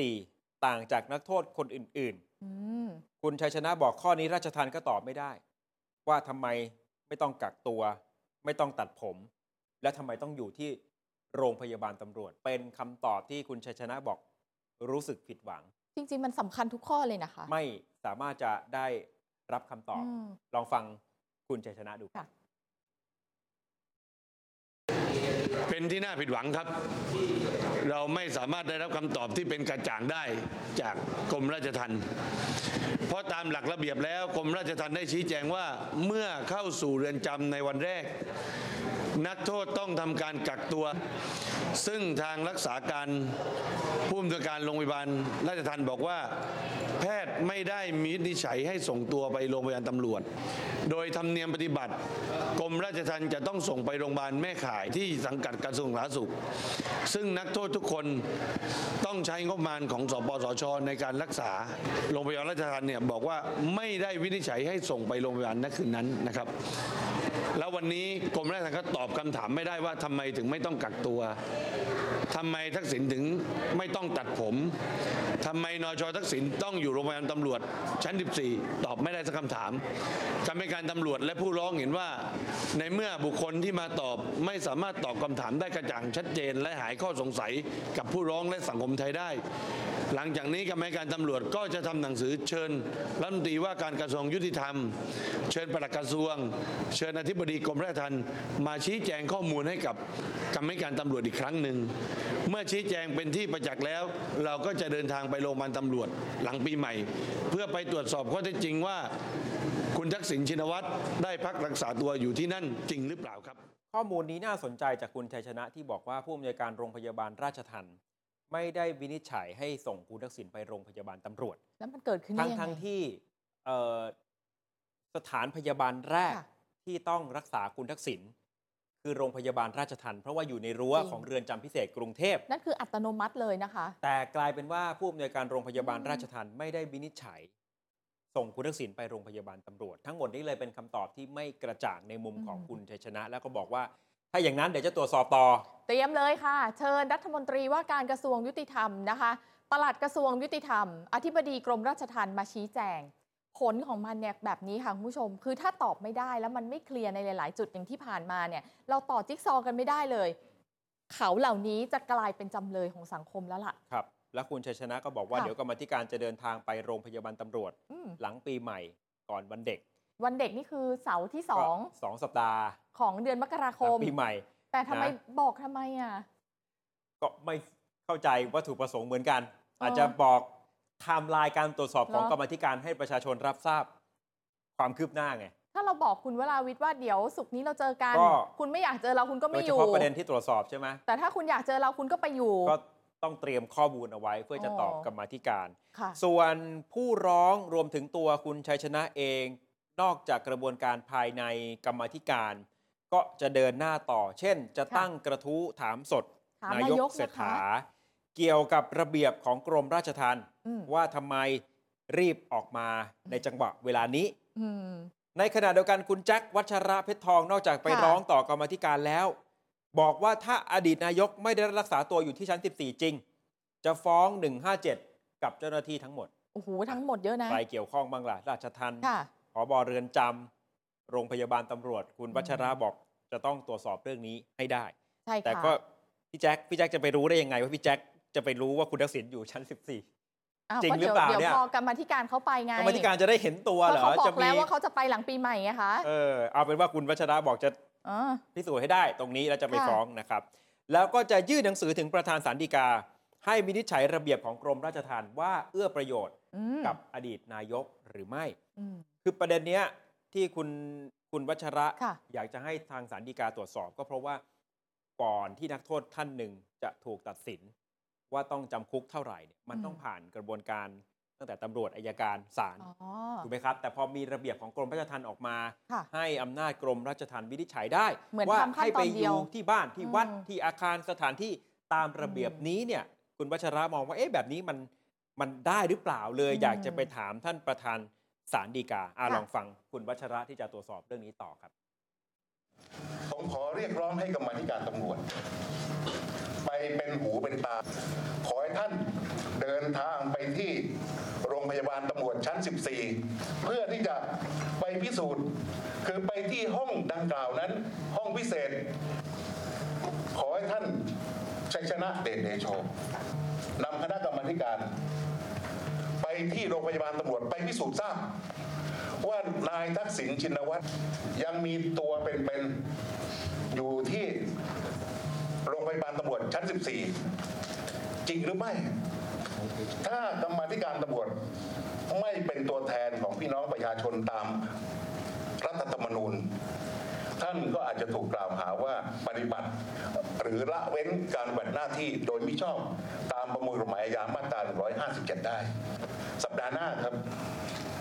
14ต่างจากนักโทษคนอื่นๆคุณชัยชนะบอกข้อนี้ราชทัณฑ์ก็ตอบไม่ได้ว่าทำไมไม่ต้องกักตัวไม่ต้องตัดผมและทำไมต้องอยู่ที่โรงพยาบาลตำรวจเป็นคำตอบที่คุณชัยชนะบอกรู้สึกผิดหวังจริงๆมันสำคัญทุกข้อเลยนะคะไม่สามารถจะได้รับคำตอบลองฟังคุณชัยชนะดูเป็นที่น่าผิดหวังครับเราไม่สามารถได้รับคำตอบที่เป็นกระจ่างได้จากกรมราชทัณฑ์เพราะตามหลักระเบียบแล้วกรมราชทัณฑ์ได้ชี้แจงว่าเมื่อเข้าสู่เรือนจำในวันแรกนักโทษต้องทำการกักตัวซึ่งทางรักษาการผู้อำนวยการโรงพยาบาลราชทัณฑ์บอกว่าแพทย์ไม่ได้มีวินิจฉัยให้ส่งตัวไปโรงพยาบาลตำรวจโดยธรรมเนียมปฏิบัติกรมราชทัณฑ์จะต้องส่งไปโรงพยาบาลแม่ข่ายที่สังงกัดกระทรวงสาธารณสุขซึ่งนักโทษทุกคนต้องใช้งบประมาณของสปสช.ในการรักษาโรงพยาบาลราชทัณฑ์เนี่ยบอกว่าไม่ได้วินิจฉัยให้ส่งไปโรงพยาบาลณคืนนั้นนะครับแล้ววันนี้กรมราชทัณฑ์ก็ตอบคำถามไม่ได้ว่าทำไมถึงไม่ต้องกักตัวทำไมทักษิณถึงไม่ต้องตัดผมทำไมนช.ทักษิณต้องอยู่โรงพยาบาลตำรวจชั้น 14ตอบไม่ได้สักคำถามกรรมการตำรวจและผู้ร้องเห็นว่าในเมื่อบุคคลที่มาตอบไม่สามารถตอบคำถามได้กระจ่างชัดเจนและหายข้อสงสัยกับผู้ร้องและสังคมไทยได้หลังจากนี้กรรมการตำรวจก็จะทำหนังสือเชิญรัฐมนตรีว่าการกระทรวงยุติธรรมเชิญปลัดกระทรวงเชิญอธิบดีกรมราชทัณฑ์มาชี้แจงข้อมูลให้กับกรรมการตำรวจอีกครั้งหนึ่งเมื่อชี้แจงเป็นที่ประจักษ์แล้วเราก็จะเดินทางไปโรงพยาบาลตำรวจหลังปีใหม่เพื่อไปตรวจสอบข้อเท็จจริงว่าคุณทักษิณชินวัตรได้พักรักษาตัวอยู่ที่นั่นจริงหรือเปล่าครับข้อมูลนี้น่าสนใจจากคุณชัยชนะที่บอกว่าผู้อำนวยการโรงพยาบาลราชทัณฑ์ไม่ได้วินิจฉัยให้ส่งคุณทักษิณไปโรงพยาบาลตำรวจแล้วมันเกิดขึ้นได้ยังไงทั้งที่สถานพยาบาลแรกที่ต้องรักษาคุณทักษิณคือโรงพยาบาลราชทัณฑ์เพราะว่าอยู่ในรั้วของเรือนจำพิเศษกรุงเทพนั่นคืออัตโนมัติเลยนะคะแต่กลายเป็นว่าผู้อำนวยการโรงพยาบาลราชทัณฑ์ไม่ได้วินิจฉัยส่งคุณทักษิณไปโรงพยาบาลตำรวจทั้งหมดนี้เลยเป็นคำตอบที่ไม่กระจ่างในมุมของคุณชัยชนะแล้วก็บอกว่าถ้าอย่างนั้นเดี๋ยวจะตรวจสอบต่อเตรียมเลยค่ะเชิญรัฐมนตรีว่าการกระทรวงยุติธรรมนะคะปลัดกระทรวงยุติธรรมอธิบดีกรมราชทัณฑ์มาชี้แจงผลของมันเนี่ยแบบนี้ค่ะคุณผู้ชมคือถ้าตอบไม่ได้แล้วมันไม่เคลียร์ในหลายๆจุดอย่างที่ผ่านมาเนี่ยเราต่อจิ๊กซอว์กันไม่ได้เลยเขาเหล่านี้จะกลายเป็นจำเลยของสังคมแล้วล่ะครับแล้วคุณชัยชนะก็บอกว่าเดี๋ยวกรรมาธิการจะเดินทางไปโรงพยาบาลตำรวจหลังปีใหม่ก่อนวันเด็กนี่คือเสาร์ที่ 2สัปดาห์ของเดือนมกราคมปีใหม่แต่ทำไมบอกทำไมอ่ะก็ไม่เข้าใจวัตถุประสงค์เหมือนกันอาจจะบอกไทม์ไลน์การตรวจสอบของกรรมาธิการให้ประชาชนรับทราบความคืบหน้าไงถ้าเราบอกคุณวราวิทย์ว่าเดี๋ยวศุกร์นี้เราเจอกันคุณไม่อยากเจอเราคุณก็ไม่อยู่โดยเฉพาะประเด็นที่ตรวจสอบใช่ไหมแต่ถ้าคุณอยากเจอเราคุณก็ไปอยู่ก็ต้องเตรียมข้อมูลเอาไว้เพื่อจะตอบกรรมาธิการส่วนผู้ร้องรวมถึงตัวคุณชัยชนะเองนอกจากกระบวนการภายในกรรมาธิการก็จะเดินหน้าต่อเช่นจะตั้งกระทู้ถามสดนายกเศรษฐาเกี่ยวกับระเบียบของกรมราชทัณฑ์ว่าทำไมรีบออกมาในจังหวะเวลานี้ในขณะเดียวกันคุณแจ็ควัชระเพชรทองนอกจากไปร้องต่อกรรมาธิการแล้วบอกว่าถ้าอดีตนายกไม่ได้รักษาตัวอยู่ที่ชั้น 14 จริงจะฟ้อง157กับเจ้าหน้าที่ทั้งหมดโอ้โหทั้งหมดเยอะนะใครเกี่ยวข้องบ้างล่ะราชทัณฑ์ผบ.เรือนจำโรงพยาบาลตำรวจคุณวัชระบอกจะต้องตรวจสอบเรื่องนี้ให้ได้แต่ก็พี่แจ็คจะไปรู้ได้ยังไงว่าพี่แจ็คจะไปรู้ว่าคุณทักษิณอยู่ชั้น 14จริงหรือเปล่าเนี่ยเดี๋ยวพอกรรมาธิการเขาไปไงกรรมาธิการจะได้เห็นตัวเหรอเขาบอกแล้วว่าเขาจะไปหลังปีใหม่ไงคะเอาเป็นว่าคุณวัชระบอกจะพิสูจน์ให้ได้ตรงนี้แล้วจะไปฟ้องนะครับแล้วก็จะยื่นหนังสือถึงประธานศาลฎีกาให้วินิจฉัยระเบียบของกรมราชทัณฑ์ว่าเอื้อประโยชน์กับอดีตนายกหรือไม่คือประเด็นเนี้ยที่คุณวัชระอยากจะให้ทางศาลฎีกาตรวจสอบก็เพราะว่าก่อนที่นักโทษท่านหนึ่งจะถูกตัดสินว่าต้องจำคุกเท่าไหร่เนี่ยมันต้องผ่านกระบวนการตั้งแต่ตำรวจอัยการศาลถูกไหมครับแต่พอมีระเบียบของกรมราชทัณฑ์ออกมาให้อำนาจกรมราชทัณฑ์วินิจฉัยได้ว่าให้ไปอยู่ที่บ้านที่วัดที่อาคารสถานที่ตามระเบียบนี้เนี่ยคุณวัชระมองว่าแบบนี้มันได้หรือเปล่าเลยอยากจะไปถามท่านประธานศาลฎีกาลองฟังคุณวัชระที่จะตรวจสอบเรื่องนี้ต่อครับผมขอเรียกร้องให้กรรมาธิการตำรวจไปเป็นหูเป็นตาขอให้ท่านเดินทางไปที่โรงพยาบาลตำรวจชั้น 14เพื่อที่จะไปพิสูจน์คือไปที่ห้องดังกล่าวนั้นห้องพิเศษขอให้ท่านชัยชนะเดชโชนำคณะกรรมาธิการไปที่โรงพยาบาลตำรวจไปพิสูจน์ทราบว่านายทักษิณชินวัตรยังมีตัวเป็นๆอยู่ที่โรงพยาบาลตำรวจชั้น 14จริงหรือไม่ถ้ากรรมาธิการตำรวจไม่เป็นตัวแทนของพี่น้องประชาชนตามรัฐธรรมนูญท่านก็อาจจะถูกกล่าวหาว่าปฏิบัติหรือละเว้นการปฏิบัติหน้าที่โดยมิชอบตามประมวลกฎหมายอาญามาตรา157ได้สัปดาห์หน้าครับผม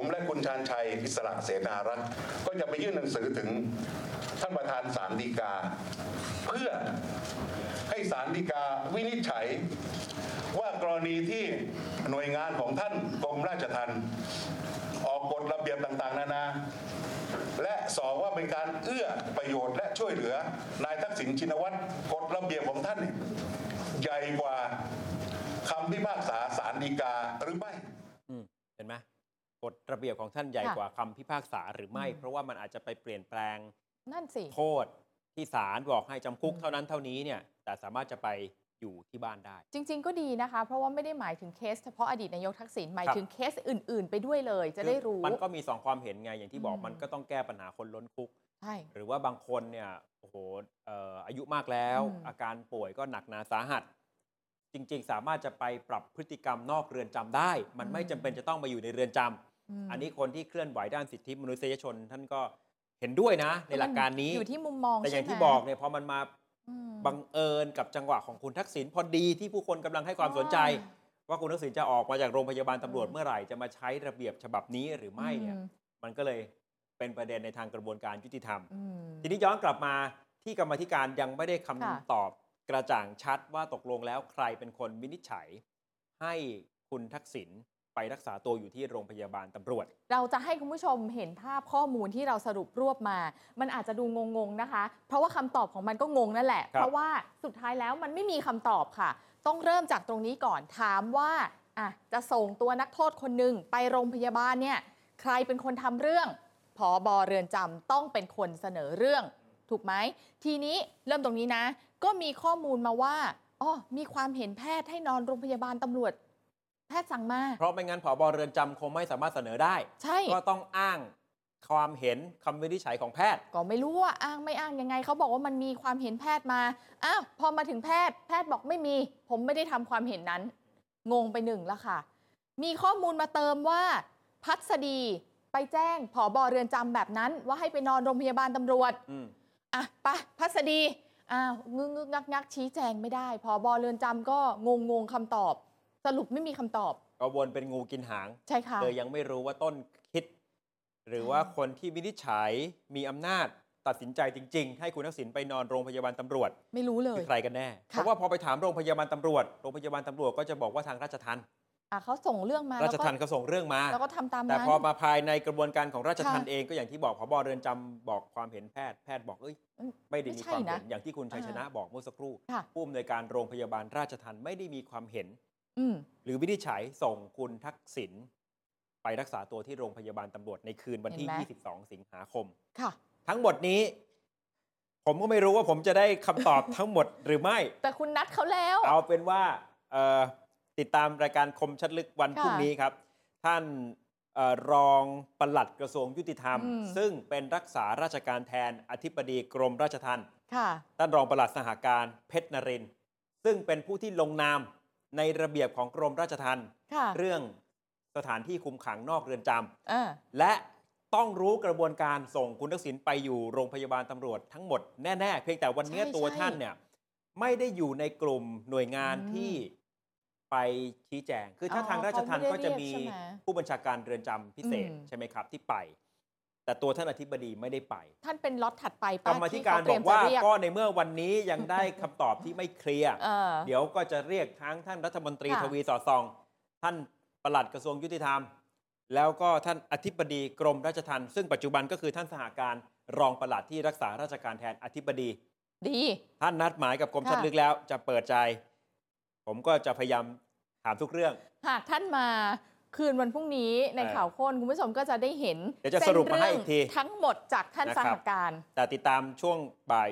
และคุณชาญชัยอิสระเสนารัตน์ก็จะไปยื่นหนังสือถึงท่านประธานศาลฎีกา เพื่อให้ศาลฎีกาวินิจฉัยว่ากรณีที่หน่วยงานของท่านกรมราชทัณฑ์ออกกฎระเบียบต่างๆนานาและสอบว่าเป็นการเอื้อประโยชน์และช่วยเหลือนายทักษิณชินวัตรกฎระเบียบของท่านใหญ่กว่าคำพิพากษาศาลฎีกาหรือไม่เห็นไหมกฎระเบียบของท่านใหญ่กว่าคำพิพากษาหรือไม่ เพราะว่ามันอาจจะไปเปลี่ยนแปลงนั่นสิโทษที่ศาลบอกให้จำคุกเท่านั้นเท่านี้เนี่ยแต่สามารถจะไปอยู่ที่บ้านได้จริง ๆ ก็ดีนะคะ เพราะว่าไม่ได้หมายถึงเคสเฉพาะอดีตนายกทักษิณหมายครับถึงเคสอื่น ๆ ไปด้วยเลย จะได้รู้มันก็มี2ความเห็นไงอย่างที่บอกอืมมันก็ต้องแก้ปัญหาคนล้นคุกใช่หรือว่าบางคนเนี่ยโอ้โหอายุมากแล้ว อาการป่วยก็หนักหนาสาหัส จริง ๆ สามารถจะไปปรับพฤติกรรมนอกเรือนจำได้ มันไม่จำเป็นจะต้องมาอยู่ในเรือนจำอันนี้คนที่เคลื่อนไหวด้านสิทธิมนุษยชนท่านก็เห็นด้วยนะในหลักการนี้อยู่ที่มุมมองแต่อย่างใช่ไหมที่บอกเนี่ยพอมันมาอืมบังเอิญกับจังหวะของคุณทักษิณพอดีที่ผู้คนกำลังให้ความสนใจ ว่าคุณทักษิณจะออกมาจากโรงพยาบาลตำรวจเมื่อไหร่จะมาใช้ระเบียบฉบับนี้หรือไม่เนี่ยมันก็เลยเป็นประเด็นในทางกระบวนการยุติธรรมอืมทีนี้ย้อนกลับมาที่กรรมาธิการยังไม่ได้คำค่ะตอบกระจ่างชัดว่าตกลงแล้วใครเป็นคนวินิจฉัย ให้คุณทักษิณไปรักษาตัวอยู่ที่โรงพยาบาลตำรวจเราจะให้คุณผู้ชมเห็นภาพข้อมูลที่เราสรุปรวบมา มันอาจจะดูงงๆนะคะ เพราะว่าคำตอบของมันก็งงนั่นแหละครับเพราะว่าสุดท้ายแล้วมันไม่มีคำตอบค่ะ ต้องเริ่มจากตรงนี้ก่อน ถามว่าจะส่งตัวนักโทษคนหนึ่งไปโรงพยาบาลเนี่ย ใครเป็นคนทำเรื่องผบ.เรือนจำต้องเป็นคนเสนอเรื่อง ถูกไหม ทีนี้เริ่มตรงนี้นะ ก็มีข้อมูลมาว่ามีความเห็นแพทย์ให้นอนโรงพยาบาลตำรวจ แพทย์สั่งมาเพราะไม่งั้นผบ.เรือนจำคงไม่สามารถเสนอได้ใช่ก็ต้องอ้างความเห็นคำวินิจฉัยของแพทย์ก็ไม่รู้ว่าอ้างไม่อ้างยังไงเขาบอกว่ามันมีความเห็นแพทย์มาอ้าวพอมาถึงแพทย์บอกไม่มีผมไม่ได้ทำความเห็นนั้น งงไปหนึ่งแล้วค่ะ มีข้อมูลมาเติมว่าพัสดีไปแจ้งผบ.เรือนจำแบบนั้น ว่าให้ไปนอนโรงพยาบาลตำรวจไปพัสดีงึกงักชี้แจงไม่ได้ผบ.เรือนจำก็งงคำตอบ สรุปไม่มีคำตอบก็วนเป็นงูกินหางใช่ค่ะเลยยังไม่รู้ว่าต้นคิด หรือว่าคนที่วินิจฉัยมีอำนาจตัดสินใจจริง ๆ ให้คุณทักษิณไปนอนโรงพยาบาลตำรวจไม่รู้เลยคือใครกันแน่ค่ะเพราะว่าพอไปถามโรงพยาบาลตำรวจก็จะบอกว่าทางราชทัณฑ์เขาส่งเรื่องมาราชทัณฑ์เขาส่งเรื่องมาแล้วก็ทำตามนั้นแต่พอมาภายในกระบวนการของราชทัณฑ์ค่ะเองก็อย่างที่บอกผบ.เรือนจำบอกความเห็นแพทย์บอกไม่ได้มีความเห็นอย่างที่คุณชัยชนะบอกเมื่อสักครู่ค่ะผู้อำนวยการโรงพยาบาลราชทัณฑ์ไม่ได้มีความเห็นอืมหรือวินิจฉัยส่งคุณทักษิณไปรักษาตัวที่โรงพยาบาลตำรวจในคืนวันที่เห็นไหม 22 สิงหาคมค่ะทั้งหมดนี้ ผมก็ไม่รู้ว่าผมจะได้คำตอบทั้งหมดหรือไม่แต่คุณนัดเขาแล้วเอาเป็นว่าติดตามรายการคมชัดลึกวันพรุ่งนี้ครับ ท่านรองปลัดกระทรวงยุติธรรม ซึ่งเป็นรักษาราชการแทนอธิบดีกรมราชทัณฑ์ค่ะท่านรองปลัดสหการเพชรนรินทร์ซึ่งเป็นผู้ที่ลงนามในระเบียบของกรมราชทัณฑ์ค่ะเรื่องสถานที่คุมขังนอกเรือนจอ่าำและต้องรู้กระบวนการส่งคุณทักษิณไปอยู่โรงพยาบาลตำรวจทั้งหมดแน่ๆเพียงแต่วันนี้ใช่ตัวใช่ท่านเนี่ยไม่ได้อยู่ในกลุ่มหน่วยงานที่ไปชี้แจง คือถ้าทางราชทัณฑ์ก็จะมีผู้บัญชาการเรือนจำพิเศษใช่ไหมครับที่ไป แต่ตัวท่านอธิบดีไม่ได้ไปท่านเป็นล็อตถัดไปกรรมาธิการบอกว่าก็ในเมื่อวันนี้ยังได้คำตอบที่ไม่เคลียร์ เดี๋ยวก็จะเรียกทั้งท่านรัฐมนตรีค่ะทวีสอดส่อง ท่านปลัดกระทรวงยุติธรรม แล้วก็ท่านอธิบดีกรมราชทัณฑ์ซึ่งปัจจุบันก็คือท่านสหการรองปลัดที่รักษาราชการแทนอธิบดีดีท่านนัดหมายกับกรมชัดลึกแล้วจะเปิดใจ ผมก็จะพยายามถามทุกเรื่องหากท่านมาคืนวันพรุ่งนี้ในข่าวโค้นคุณผู้ชมก็จะได้เห็นเดี๋ยวจะสรุปมาให้อีกทีทั้งหมดจากท่านนะสครัหบการแต่ติดตามช่วงบ่าย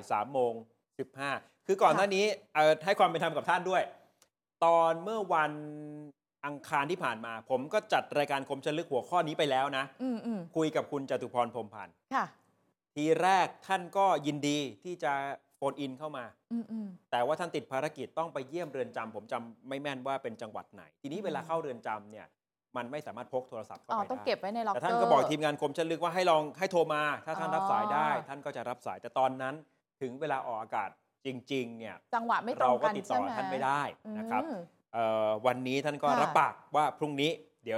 3:15 คือก่อนหน้านี้ให้ความเป็นธรรมกับท่านด้วย ตอนเมื่อวันอังคารที่ผ่านมา ผมก็จัดรายการคมชัดลึกหัวข้อนี้ไปแล้วนะ คุยกับคุณจตุพรพรหมพันธ์ค่ะทีแรกท่านก็ยินดีที่จะโฟนอินเข้ามา แต่ว่าท่านติดภารกิจต้องไปเยี่ยมเรือนจำผมจำไม่แม่นว่าเป็นจังหวัดไหน ทีนี้เวลาเข้าเรือนจำเนี่ยมันไม่สามารถพกโทรศัพท์เข้าไปได้ต้องเก็บไว้ในล็อกเกอร์แต่ท่านก็บอกทีมงานคมชัดลึกว่าให้โทรมา ถ้าท่านรับสายได้ ท่านก็จะรับสายแต่ตอนนั้นถึงเวลาออกอากาศจริงๆเนี่ยจังหวะไม่ตรเรางก็กันติดต่อใช่ไหมท่านไม่ได้นะครับอืมวันนี้ท่านก็ค่ะรับปากว่าพรุ่งนี้เดี๋ยวจะ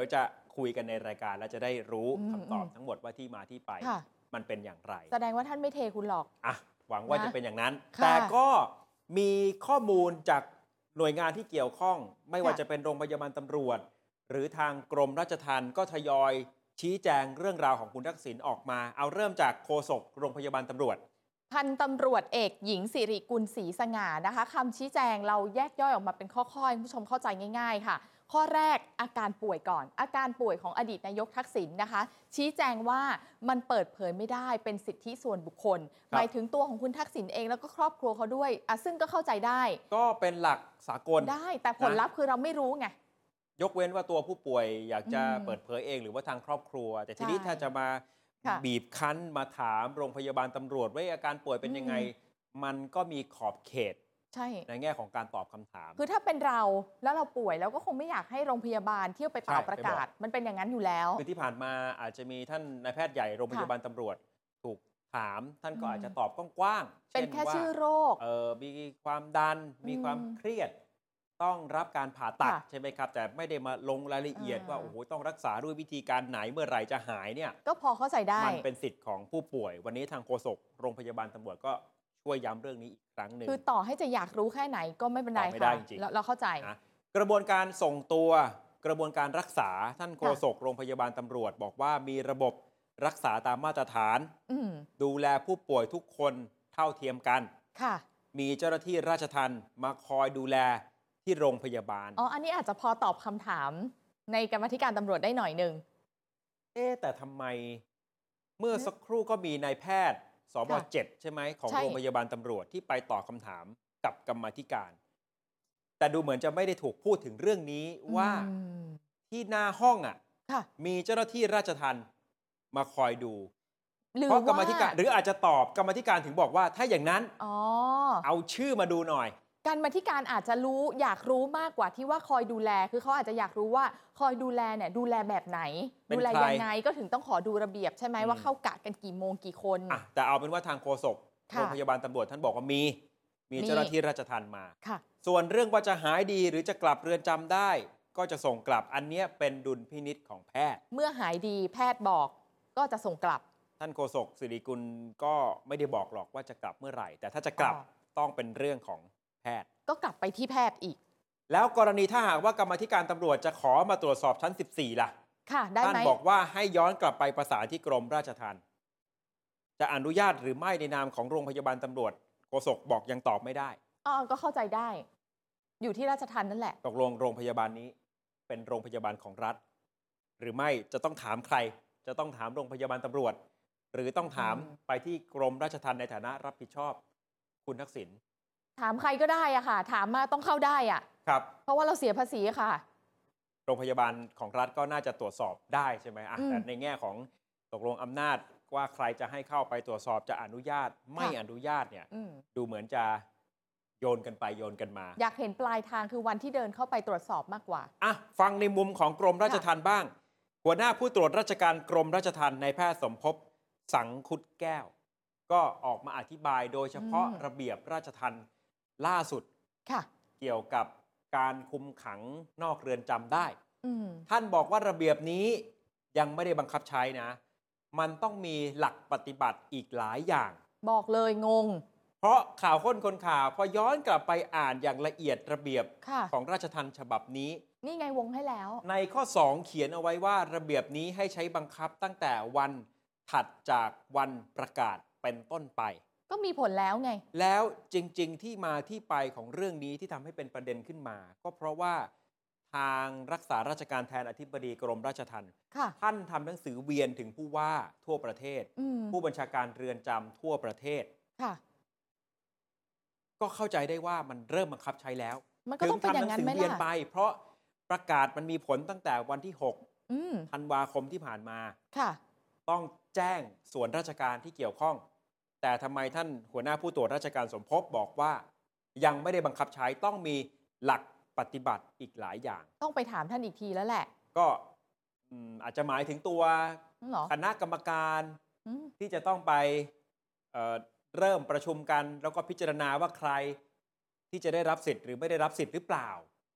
คุยกันในรายการแล้วจะได้รู้อืมคำตอบทั้งหมดว่าที่มาที่ไปค่ะมันเป็นอย่างไรแสดงว่าท่านไม่เทคุณหรอกอ่ะหวังว่านะจะเป็นอย่างนั้นค่ะแต่ก็มีข้อมูลจากหน่วยงานที่เกี่ยวข้อง ไม่ว่าค่ะจะเป็นโรงพยาบาลตำรวจ หรือทางกรมราชทัณฑ์ก็ทยอยชี้แจงเรื่องราวของคุณทักษิณออกมา เอาเริ่มจากโฆษกโรงพยาบาลตำรวจพันตำรวจเอกหญิงสิริกุลศรีสง่านะคะคำชี้แจงเราแยกย่อยออกมาเป็นข้อๆให้คุณผู้ชมเข้าใจง่าย ๆ ค่ะ ข้อแรกอาการป่วยก่อน อาการป่วยของอดีตนายกทักษิณนะคะ ชี้แจงว่ามันเปิดเผยไม่ได้เป็นสิทธิส่วนบุคคลครับหมายถึงตัวของคุณทักษิณเองแล้วก็ครอบครัวเขาด้วยซึ่งก็เข้าใจได้ก็เป็นหลักสากลได้แต่ผลลัพธ์คือเราไม่รู้ไงยกเว้นว่าตัวผู้ป่วยอยากจะอืมเปิดเผยเองหรือว่าทางครอบครัว แต่ทีนี้ใช่ถ้าจะมาค่ะบีบคั้นมาถามโรงพยาบาลตำรวจว่าอาการป่วยเป็นยังไง มันก็มีขอบเขตใช่ในแง่ของการตอบคำถามคือถ้าเป็นเราแล้วเราป่วยเราก็คงไม่อยากให้โรงพยาบาลเที่ยวไปเป่าใช่ประกาศ มันเป็นอย่างนั้นอยู่แล้วคือที่ผ่านมาอาจจะมีท่านนายแพทย์ใหญ่โรงพยาบาลตำรวจถูกถามท่านก็อาจจะตอบกว้างๆเป็นแค่ช่ว่าชื่อโรคมีความดันมีความเครียด ต้องรับการผ่าตัดค่ะใช่ไหมครับ แต่ไม่ได้มาลงรายละเอียดว่าอ่าโอ้โหต้องรักษาด้วยวิธีการไหนเมื่อไหร่จะหายเนี่ยก็พอเข้าใจได้มันเป็นสิทธิ์ของผู้ป่วย วันนี้ทางโฆษกโรงพยาบาลตำรวจก็ช่วยย้ำเรื่องนี้อีกครั้งหนึ่งคือต่อให้จะอยากรู้แค่ไหนก็ไม่เป็นไรตอบไม่ได้ค่ะจริงๆเราเข้าใจนะกระบวนการส่งตัวกระบวนการรักษาท่านโฆษกโรงพยาบาลตำรวจ บอกว่ามีระบบรักษาตามมาตรฐานอืมดูแลผู้ป่วยทุกคนเท่าเทียมกันค่ะมีเจ้าหน้าที่ราชทัณฑ์มาคอยดูแลที่โรงพยาบาลอ๋อ อันนี้อาจจะพอตอบคำถามในกรรมาธิการตำรวจได้หน่อยหนึ่งแต่ทำไมเมื่อสักครู่ก็มีนายแพทย์สบค่ะ 7ใช่ไหมของใช่โรงพยาบาลตำรวจที่ไปตอบคำถามกับกรรมาธิการ แต่ดูเหมือนจะไม่ได้ถูกพูดถึงเรื่องนี้ว่าอืมที่หน้าห้องค่ะมีเจ้าหน้าที่ราชทัณฑ์มาคอยดูหรือเพราะกรรมาว่าธิการหรืออาจจะตอบกรรมาธิการถึงบอกว่า ถ้าอย่างนั้นอ๋อเอาชื่อมาดูหน่อยการมาธิการอาจจะรู้อยากรู้มากกว่าที่ว่าคอยดูแล คือเขาอาจจะอยากรู้ว่าคอยดูแลเนี่ยดูแลแบบไหนเป็นดูแลใครยังไงก็ถึงต้องขอดูระเบียบใช่ไหมอืมว่าเข้ากะกันกี่โมงกี่คนแต่เอาเป็นว่าทางโฆษกค่ะโรงพยาบาลตำรวจท่านบอกว่ามีเจ้าหน้าที่ราชทัณฑ์มาค่ะส่วนเรื่องว่าจะหายดีหรือจะกลับเรือนจำได้ ก็จะส่งกลับอันเนี้ยเป็นดุลพินิษของแพทย์เมื่อหายดีแพทย์บอกก็จะส่งกลับท่านโฆษกสิริกุลก็ไม่ได้บอกหรอกว่าจะกลับเมื่อไหร่ แต่ถ้าจะกลับอ๋อต้องเป็นเรื่องของแพทย์ก็กลับไปที่แพทย์อีกแล้วกรณีถ้าหากว่ากรรมาธิการตำรวจจะขอมาตรวจสอบชั้น 14 ล่ะค่ะ ได้ท่านไหมบอกว่าให้ย้อนกลับไปประสานที่กรมราชทัณฑ์จะอนุญาตหรือไม่ในนามของโรงพยาบาลตำรวจโฆษกบอกยังตอบไม่ได้อ๋อก็เข้าใจได้ อยู่ที่ราชทัณฑ์นั่นแหละตกลงโรงพยาบาลนี้เป็นโรงพยาบาลของรัฐ หรือไม่จะต้องถามใคร จะต้องถามโรงพยาบาลตำรวจ หรือต้องถามอืมไปที่กรมราชทัณฑ์ในฐานะรับผิดชอบคุณทักษิณถามใครก็ได้อะค่ะ ถามมาต้องเข้าได้อะครับเพราะว่าเราเสียภาษีค่ะโรงพยาบาลของรัฐก็น่าจะตรวจสอบได้ใช่ไหมอืมแต่ในแง่ของตกลงอำนาจว่าใครจะให้เข้าไปตรวจสอบจะอนุญาตไม่อนุญาตเนี่ยอืมดูเหมือนจะโยนกันไปโยนกันมาอยากเห็นปลายทางคือวันที่เดินเข้าไปตรวจสอบมากกว่าฟังในมุมของกรมราชทัณฑ์บ้าง หัวหน้าผู้ตรวจราชการกรมราชทัณฑ์นายแพทย์สมภพสังคุดแก้ว ก็ออกมาอธิบายโดยเฉพาะอืมระเบียบราชทัณฑ์ล่าสุดค่ะเกี่ยวกับการคุมขังนอกเรือนจำได้อืมท่านบอกว่าระเบียบนี้ยังไม่ได้บังคับใช้นะ มันต้องมีหลักปฏิบัติอีกหลายอย่างบอกเลยงงเพราะข่าวค้นคนข่าวพอย้อนกลับไปอ่านอย่างละเอียดระเบียบค่ะของราชทัณฑ์ฉบับนี้นี่ไงวงให้แล้วในข้อ 2 เขียนเอาไว้ว่าระเบียบนี้ให้ใช้บังคับตั้งแต่วันถัดจากวันประกาศเป็นต้นไปก็มีผลแล้วไงแล้วจริง ๆ ที่มาที่ไปของเรื่องนี้ที่ทำให้เป็นประเด็นขึ้นมา ก็เพราะว่าทางรักษาราชการแทนอธิบดีกรมราชทัณฑ์ค่ะท่านทำหนังสือเวียนถึงผู้ว่าทั่วประเทศอืมผู้บัญชาการเรือนจำทั่วประเทศค่ะก็เข้าใจได้ว่ามันเริ่มบังคับใช้แล้วมันก็ต้องเป็นอย่างนั้นไหมถึทำหสืเวียนล่ะไป เพราะประกาศมันมีผลตั้งแต่วันที่อืม 6 ธันวาคมที่ผ่านมาค่ะต้องแจ้งส่วนราชการที่เกี่ยวข้อง แต่ทำไมท่านหัวหน้าผู้ตรวจราชการสมภพบอกว่ายังไม่ได้บังคับใช้ต้องมีหลักปฏิบัติอีกหลายอย่างต้องไปถามท่านอีกทีแล้วแหละก็อาจจะหมายถึงตัวนั่นเหรอคณะกรรมการอืมที่จะต้องไปเริ่มประชุมกัน แล้วก็พิจารณาว่าใครที่จะได้รับสิทธิ์หรือไม่ได้รับสิทธิ์หรือเปล่า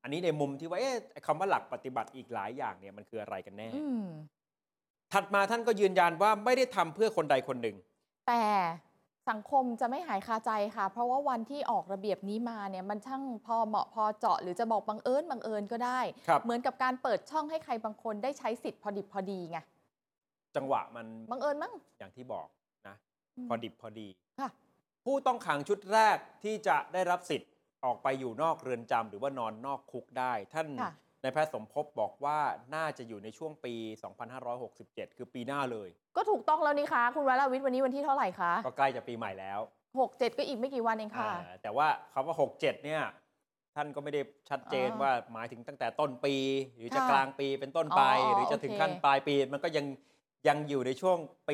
อันนี้ในมุมที่ว่าคำว่าหลักปฏิบัติอีกหลายอย่างเนี่ยมันคืออะไรกันแน่ ถัดมาท่านก็ยืนยันว่าไม่ได้ทำเพื่อคนใดคนหนึ่งแต่สังคมจะไม่หายคาใจค่ะ เพราะว่าวันที่ออกระเบียบนี้มาเนี่ยมันช่างพอเหมาะพอเจาะหรือจะบอกบังเอิญก็ได้ เหมือนกับการเปิดช่องให้ใครบางคนได้ใช้สิทธิ์พอดิบพอดีไงจังหวะมันบังเอิญมั้งอย่างที่บอกนะพอดิบพอดีค่ะผู้ต้องขังชุดแรกที่จะได้รับสิทธิ์ออกไปอยู่นอกเรือนจำหรือว่านอนนอกคุกได้ ท่านค่ะนายแพทย์สมภพบอกว่าน่าจะอยู่ในช่วงปี 2567 คือปีหน้าเลยก็ถูกต้องแล้วนี่คะคุณวราวิทย์วันนี้วันที่เท่าไหร่คะก็ใกล้จะปีใหม่แล้ว 67 ก็อีกไม่กี่วันเองค่ะแต่ว่าคำว่า 67 เนี่ย ท่านก็ไม่ได้ชัดเจนว่าหมายถึงตั้งแต่ต้นปี หรือจะค่ะกลางปีเป็นต้นไปอ๋อหรือจะถึงโอเคขั้นปลายปี มันก็ยังอยู่ในช่วงปี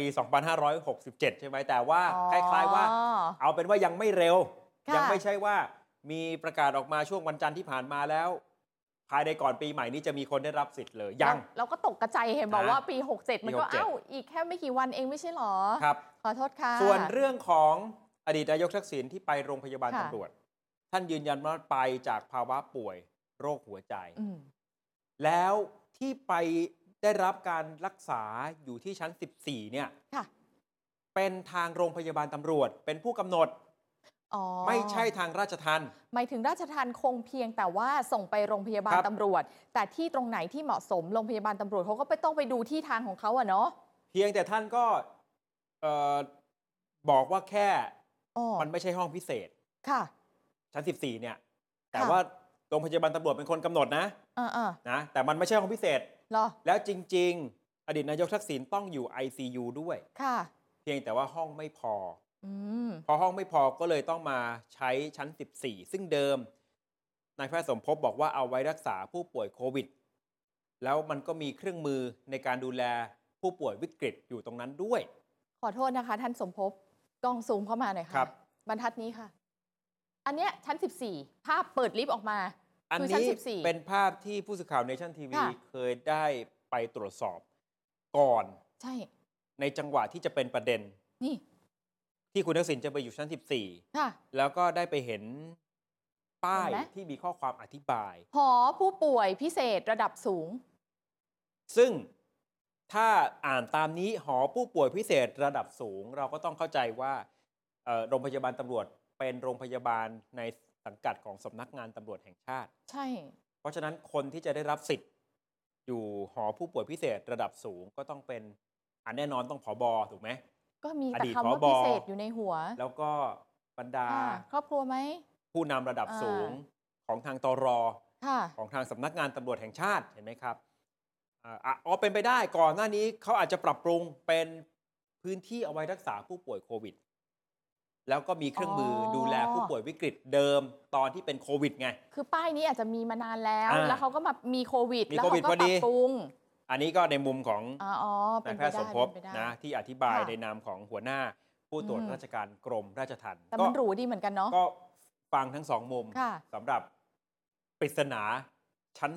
2567 ใช่ไหมแต่ว่าคล้ายๆว่า เอาเป็นว่ายังไม่เร็วค่ะยังไม่ใช่ว่ามีประกาศออกมาช่วงวันจันทร์ที่ผ่านมาแล้ว ภายในก่อนปีใหม่นี้จะมีคนได้รับสิทธิ์เลยยังเราก็ตกกระใจเห็นบอกว่าปี 67 มันก็ปี 67 อีกแค่ไม่กี่วันเองไม่ใช่หรอครับขอโทษค่ะส่วนเรื่องของอดีตนายกทักษิณที่ไปโรงพยาบาลค่ะตำรวจ ท่านยืนยันว่าไปจากภาวะป่วยโรคหัวใจอืมแล้วที่ไปได้รับการรักษาอยู่ที่ชั้น 14 เนี่ยค่ะเป็นทางโรงพยาบาลตำรวจ เป็นผู้กำหนดอ๋อไม่ใช่ทางราชทัณฑ์หมายถึงราชทัณฑ์คงเพียงแต่ว่าส่งไปโรงพยาบาลครับตำรวจ แต่ที่ตรงไหนที่เหมาะสมโรงพยาบาลตำรวจเขาก็ต้องไปดูที่ทางของเขาอะเนาะเพียงแต่ท่านก็เอ่อบอกว่าแค่อ๋อมันไม่ใช่ห้องพิเศษค่ะชั้น 14 เนี่ย แต่ค่ะว่าโรงพยาบาลตำรวจเป็นคนกำหนดนะ นะ แต่มันไม่ใช่ห้องพิเศษเหรอแล้วจริง ๆ อดีตนายกทักษิณต้องอยู่ ICU ด้วยค่ะเพียงแต่ว่าห้องไม่พออืมพอห้องไม่พอก็เลยต้องมาใช้ชั้น 14 ซึ่งเดิมนายแพทย์สมภพบอกว่าเอาไว้รักษาผู้ป่วยโควิด แล้วมันก็มีเครื่องมือในการดูแลผู้ป่วยวิกฤตอยู่ตรงนั้นด้วยขอโทษนะคะ ท่านสมภพกล้องซูมเข้ามาหน่อยครัค่ะบบรรทัดนี้ค่ะ อันเนี้ยชั้น 14 ภาพเปิดลิฟต์ออกมาอันคือชั้นนี้ 14 เป็นภาพที่ผู้สื่อข่าวเนชั่นทีวีค่ะเคยได้ไปตรวจสอบก่อนใช่ในจังหวะที่จะเป็นประเด็นนี่ที่คุณทักษิณจะไปอยู่ชั้นค่ะ 14 แล้วก็ได้ไปเห็นป้ายเห็นไหมที่มีข้อความอธิบายหอผู้ป่วยพิเศษระดับสูงซึ่งถ้าอ่านตามนี้หอผู้ป่วยพิเศษระดับสูง เราก็ต้องเข้าใจว่าโรงพยาบาลตำรวจเป็นโรงพยาบาลในสังกัดของสำนักงานตำรวจแห่งชาติใช่เพราะฉะนั้นคนที่จะได้รับสิทธิ์อยู่หอผู้ป่วยพิเศษระดับสูงก็ต้องเป็นแน่นอนต้องผบถูกไหมก็มีอแต่ดีตคำว่าผบพิเศษอยู่ในหัวแล้วก็บรรดาค่ะครอบครัวไหมผู้นำระดับสูงของทางตรค่ะของทางสำนักงานตำรวจแห่งชาติเห็นไหมครับเป็นไปได้ก่อนหน้านี้เขาอาจจะปรับปรุงเป็นพื้นที่เอาไว้รักษาผู้ป่วยโควิด แล้วก็มีเครื่องมือดูแลผู้ป่วยวิกฤตเดิมตอนที่เป็นโควิดไงคือป้ายนี้อาจจะมีมานานแล้วอ่าแล้วเขาก็มามีโควิดมีแล้วโคเขาวิดก็พอปดีรับปรุงอันนี้ก็ในมุมของเป็นนายไปแพทย์ได้สมภพเป็นไปได้นะที่อธิบายค่ะในนามของหัวหน้าผู้ตรวจอืมราชการกรมราชทัณฑ์แต่มันหรูดีเหมือนกันเนาะก็ฟังทั้งสองมุมค่ะสำหรับปริศนาชั้น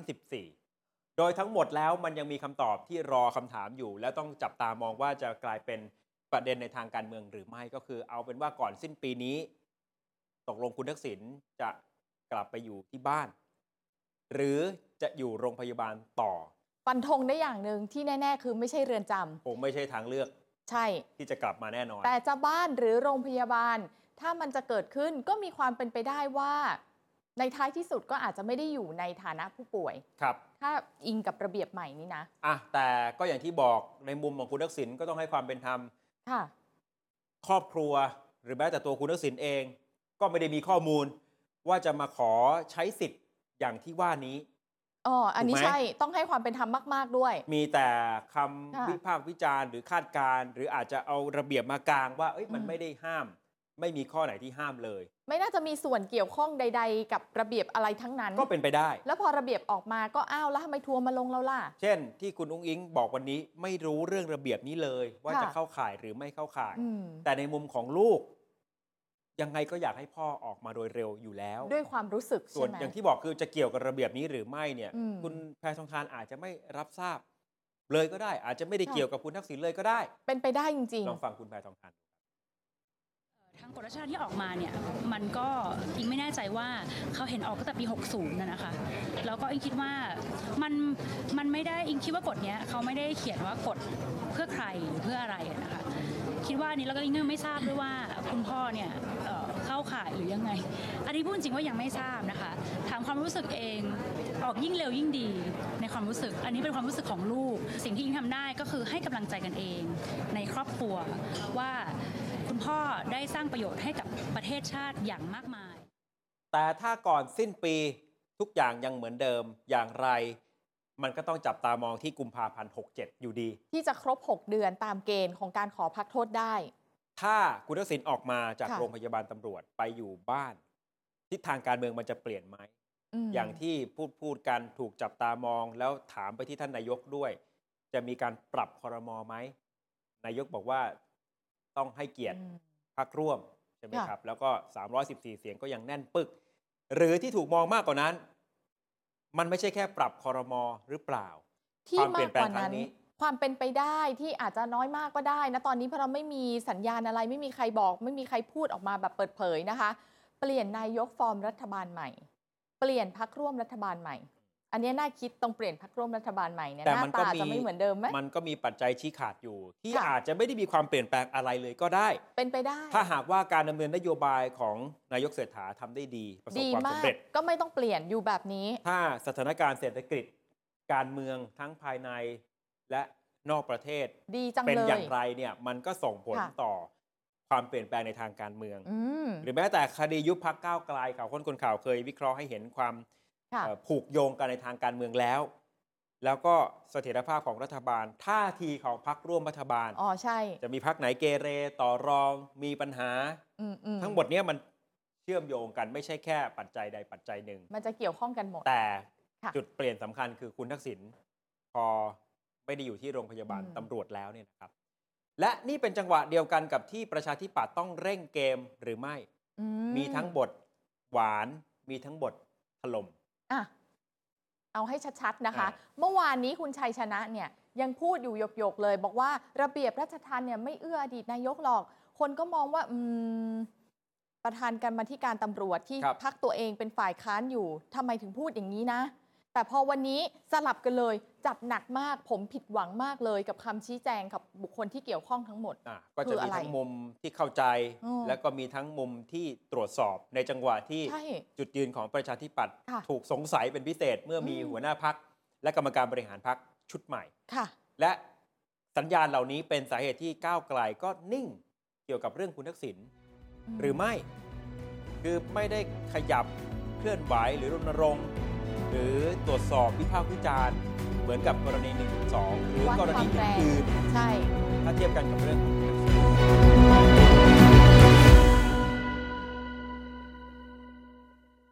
14 โดยทั้งหมดแล้วมันยังมีคำตอบที่รอคำถามอยู่ แล้วต้องจับตามองว่าจะกลายเป็นประเด็นในทางการเมืองหรือไม่ก็คือเอาเป็นว่าก่อนสิ้นปีนี้ ตกลงคุณทักษิณจะกลับไปอยู่ที่บ้าน หรือจะอยู่โรงพยาบาลต่อฟันธงได้อย่างหนึ่งที่แน่ ๆ คือไม่ใช่เรือนจำคงไม่ใช่ทางเลือกใช่ที่จะกลับมาแน่นอนแต่จะบ้านหรือโรงพยาบาล ถ้ามันจะเกิดขึ้นก็มีความเป็นไปได้ว่า ในท้ายที่สุดก็อาจจะไม่ได้อยู่ในฐานะผู้ป่วยครับถ้าอิงกับระเบียบใหม่นี้นะแต่ก็อย่างที่บอกในมุมของคุณทักษิณก็ต้องให้ความเป็นธรรมค่ะครอบครัว หรือแม้แต่ตัวคุณทักษิณเอง ก็ไม่ได้มีข้อมูล ว่าจะมาขอใช้สิทธิ์อย่างที่ว่านี้อันนี้ถูกไหมใช่ต้องให้ความเป็นธรรมมาก ๆ ด้วยมีแต่คค่ะำวิพากษ์วิจารณ์หรือคาดการณ์หรืออาจจะเอาระเบียบมากลางว่ามันอืมไม่ได้ห้าม ไม่มีข้อไหนที่ห้ามเลยไม่น่าจะมีส่วนเกี่ยวข้องใด ๆ กับระเบียบอะไรทั้งนั้นก็เป็นไปได้แล้วพอระเบียบออกมาก็อ้าวแล้วทำไมทัวร์มาลงเราล่ะเช่นที่คุณอุ้งอิงบอกวันนี้ไม่รู้เรื่องระเบียบนี้เลย ว่าค่ะจะเข้าข่ายหรือไม่เข้าข่ายอืมแต่ในมุมของลูก ยังไงก็อยากให้พ่อออกมาโดยเร็วอยู่แล้วด้วยความรู้สึกส่วใช่นไหมอย่างที่บอกคือจะเกี่ยวกับระเบียบนี้หรือไม่เนี่ยอืมคุณแพทองทานอาจจะไม่รับทราบ เลยก็ได้ อาจจะไม่ได้ค่ะเกี่ยวกับคุณทักษิณเลยก็ได้เป็นไปได้จริงลองฟังคุณแพทองทานทั้งกฎราชการที่ออกมาเนี่ยมันก็อิงไม่แน่ใจว่าเขาเห็นออกตั้งแต่ปี 60 นะคะแล้วก็อิงคิดว่ามันไม่ได้อิงคิดว่ากฎเนี้ยเขาไม่ได้เขียนว่ากฎเพื่อใครเพื่ออะไรนะคะคิดว่านี้แล้วก็อิงไม่ทราบด้วยว่าคุณพ่อเนี่ยเข้าข่ายหรือยังไงอันนี้พูดจริงว่ายังไม่ทราบนะคะถามความรู้สึกเองออกยิ่งเร็วยิ่งดีในความรู้สึกอันนี้เป็นความรู้สึกของลูกสิ่งที่อิงทำได้ก็คือให้กำลังใจกันเองในครอบครัวว่าคุณพ่อได้สร้างประโยชน์ให้กับประเทศชาติอย่างมากมายแต่ถ้าก่อนสิ้นปีทุกอย่างยังเหมือนเดิมอย่างไรมันก็ต้องจับตามองที่กุมภาพันธ์ 67 อยู่ดีที่จะครบ 6 เดือนตามเกณฑ์ของการขอพักโทษได้ถ้าคุณทักษิณออกมาจากโรงพยาบาลตำรวจไปอยู่บ้านทิศทางการเมืองมันจะเปลี่ยนไหมอย่างที่พูดกันถูกจับตามองแล้วถามไปที่ท่านนายกด้วยจะมีการปรับครม.ไหมนายกบอกว่าต้องให้เกียรติพรรคร่วมใช่ไหมครับแล้วก็314เสียงก็ยังแน่นปึกหรือที่ถูกมองมากกว่านั้นมันไม่ใช่แค่ปรับครม.หรือเปล่าที่มากกว่านั้นความเป็นไปได้ที่อาจจะน้อยมากก็ได้นะตอนนี้เพราะเราไม่มีสัญญาณอะไรไม่มีใครบอกไม่มีใครพูดออกมาแบบเปิดเผยนะคะเปลี่ยนนายกฟอร์มรัฐบาลใหม่เปลี่ยนพรรคร่วมรัฐบาลใหม่อันนี้น่าคิดตรงเปลี่ยนพรรคร่วมรัฐบาลใหม่เนี่ยหน้าตาจะไม่เหมือนเดิมไหมมันก็มีปัจจัยชี้ขาดอยู่ที่อาจจะไม่ได้มีความเปลี่ยนแปลงอะไรเลยก็ได้เป็นไปได้ถ้าหากว่าการดำเนินนโยบายของนายกเศรษฐาทำได้ดีประสบความสำเร็จก็ไม่ต้องเปลี่ยนอยู่แบบนี้ถ้าสถานการณ์เศรษฐกิจการเมืองทั้งภายในและนอกประเทศดีจังเลยเป็นอย่างไรเนี่ยมันก็ส่งผลต่อความเปลี่ยนแปลงในทางการเมืองหรือแม้แต่คดียุบพรรคก้าวไกลข่าวคนข่าวเคยวิเคราะห์ให้เห็นความผูกโยงกันในทางการเมืองแล้วก็เสถียรภาพของรัฐบาลท่าทีของพรรคร่วมรัฐบาลใช่จะมีพรรคไหนเกเรต่อรองมีปัญหาทั้งหมดนี้มันเชื่อมโยงกันไม่ใช่แค่ปัจจัยใดปัจจัยหนึ่งมันจะเกี่ยวข้องกันหมดแต่จุดเปลี่ยนสำคัญคือคุณทักษิณพอไม่ได้อยู่ที่โรงพยาบาลตำรวจแล้วเนี่ยนะครับและนี่เป็นจังหวะเดียวกันกับที่ประชาธิปัตย์ต้องเร่งเกมหรือไม่มีทั้งบทหวานมีทั้งบทถล่มเอาให้ชัดๆนะคะเมื่อวานนี้คุณชัยชนะเนี่ยยังพูดอยู่หยกๆเลยบอกว่าระเบียบราชทัณฑ์เนี่ยไม่เอื้ออดีตนายกหรอกคนก็มองว่าประธานกรรมาธิการตำรวจที่พรรคตัวเองเป็นฝ่ายค้านอยู่ทำไมถึงพูดอย่างนี้นะแต่พอวันนี้สลับกันเลยจับหนักมากผมผิดหวังมากเลยกับคำชี้แจงกับบุคคลที่เกี่ยวข้องทั้งหมดก็จะมีทั้งมุมที่เข้าใจแล้วก็มีทั้งมุมที่ตรวจสอบในจังหวะที่จุดยืนของประชาธิปัตย์ถูกสงสัยเป็นพิเศษเมื่อมีหัวหน้าพรรคและกรรมการบริหารพรรคชุดใหม่และสัญญาณเหล่านี้เป็นสาเหตุที่ก้าวไกลก็นิ่งเกี่ยวกับเรื่องคุณทักษิณหรือไม่คือไม่ได้ขยับเคลื่อนไหวหรือรณรงค์หรือตรวจสอบวิพากษ์วิจารณ์เหมือนกับกรณี 112 หรือกรณีอื่นๆถ้าเทียบกันกับเรื่องของ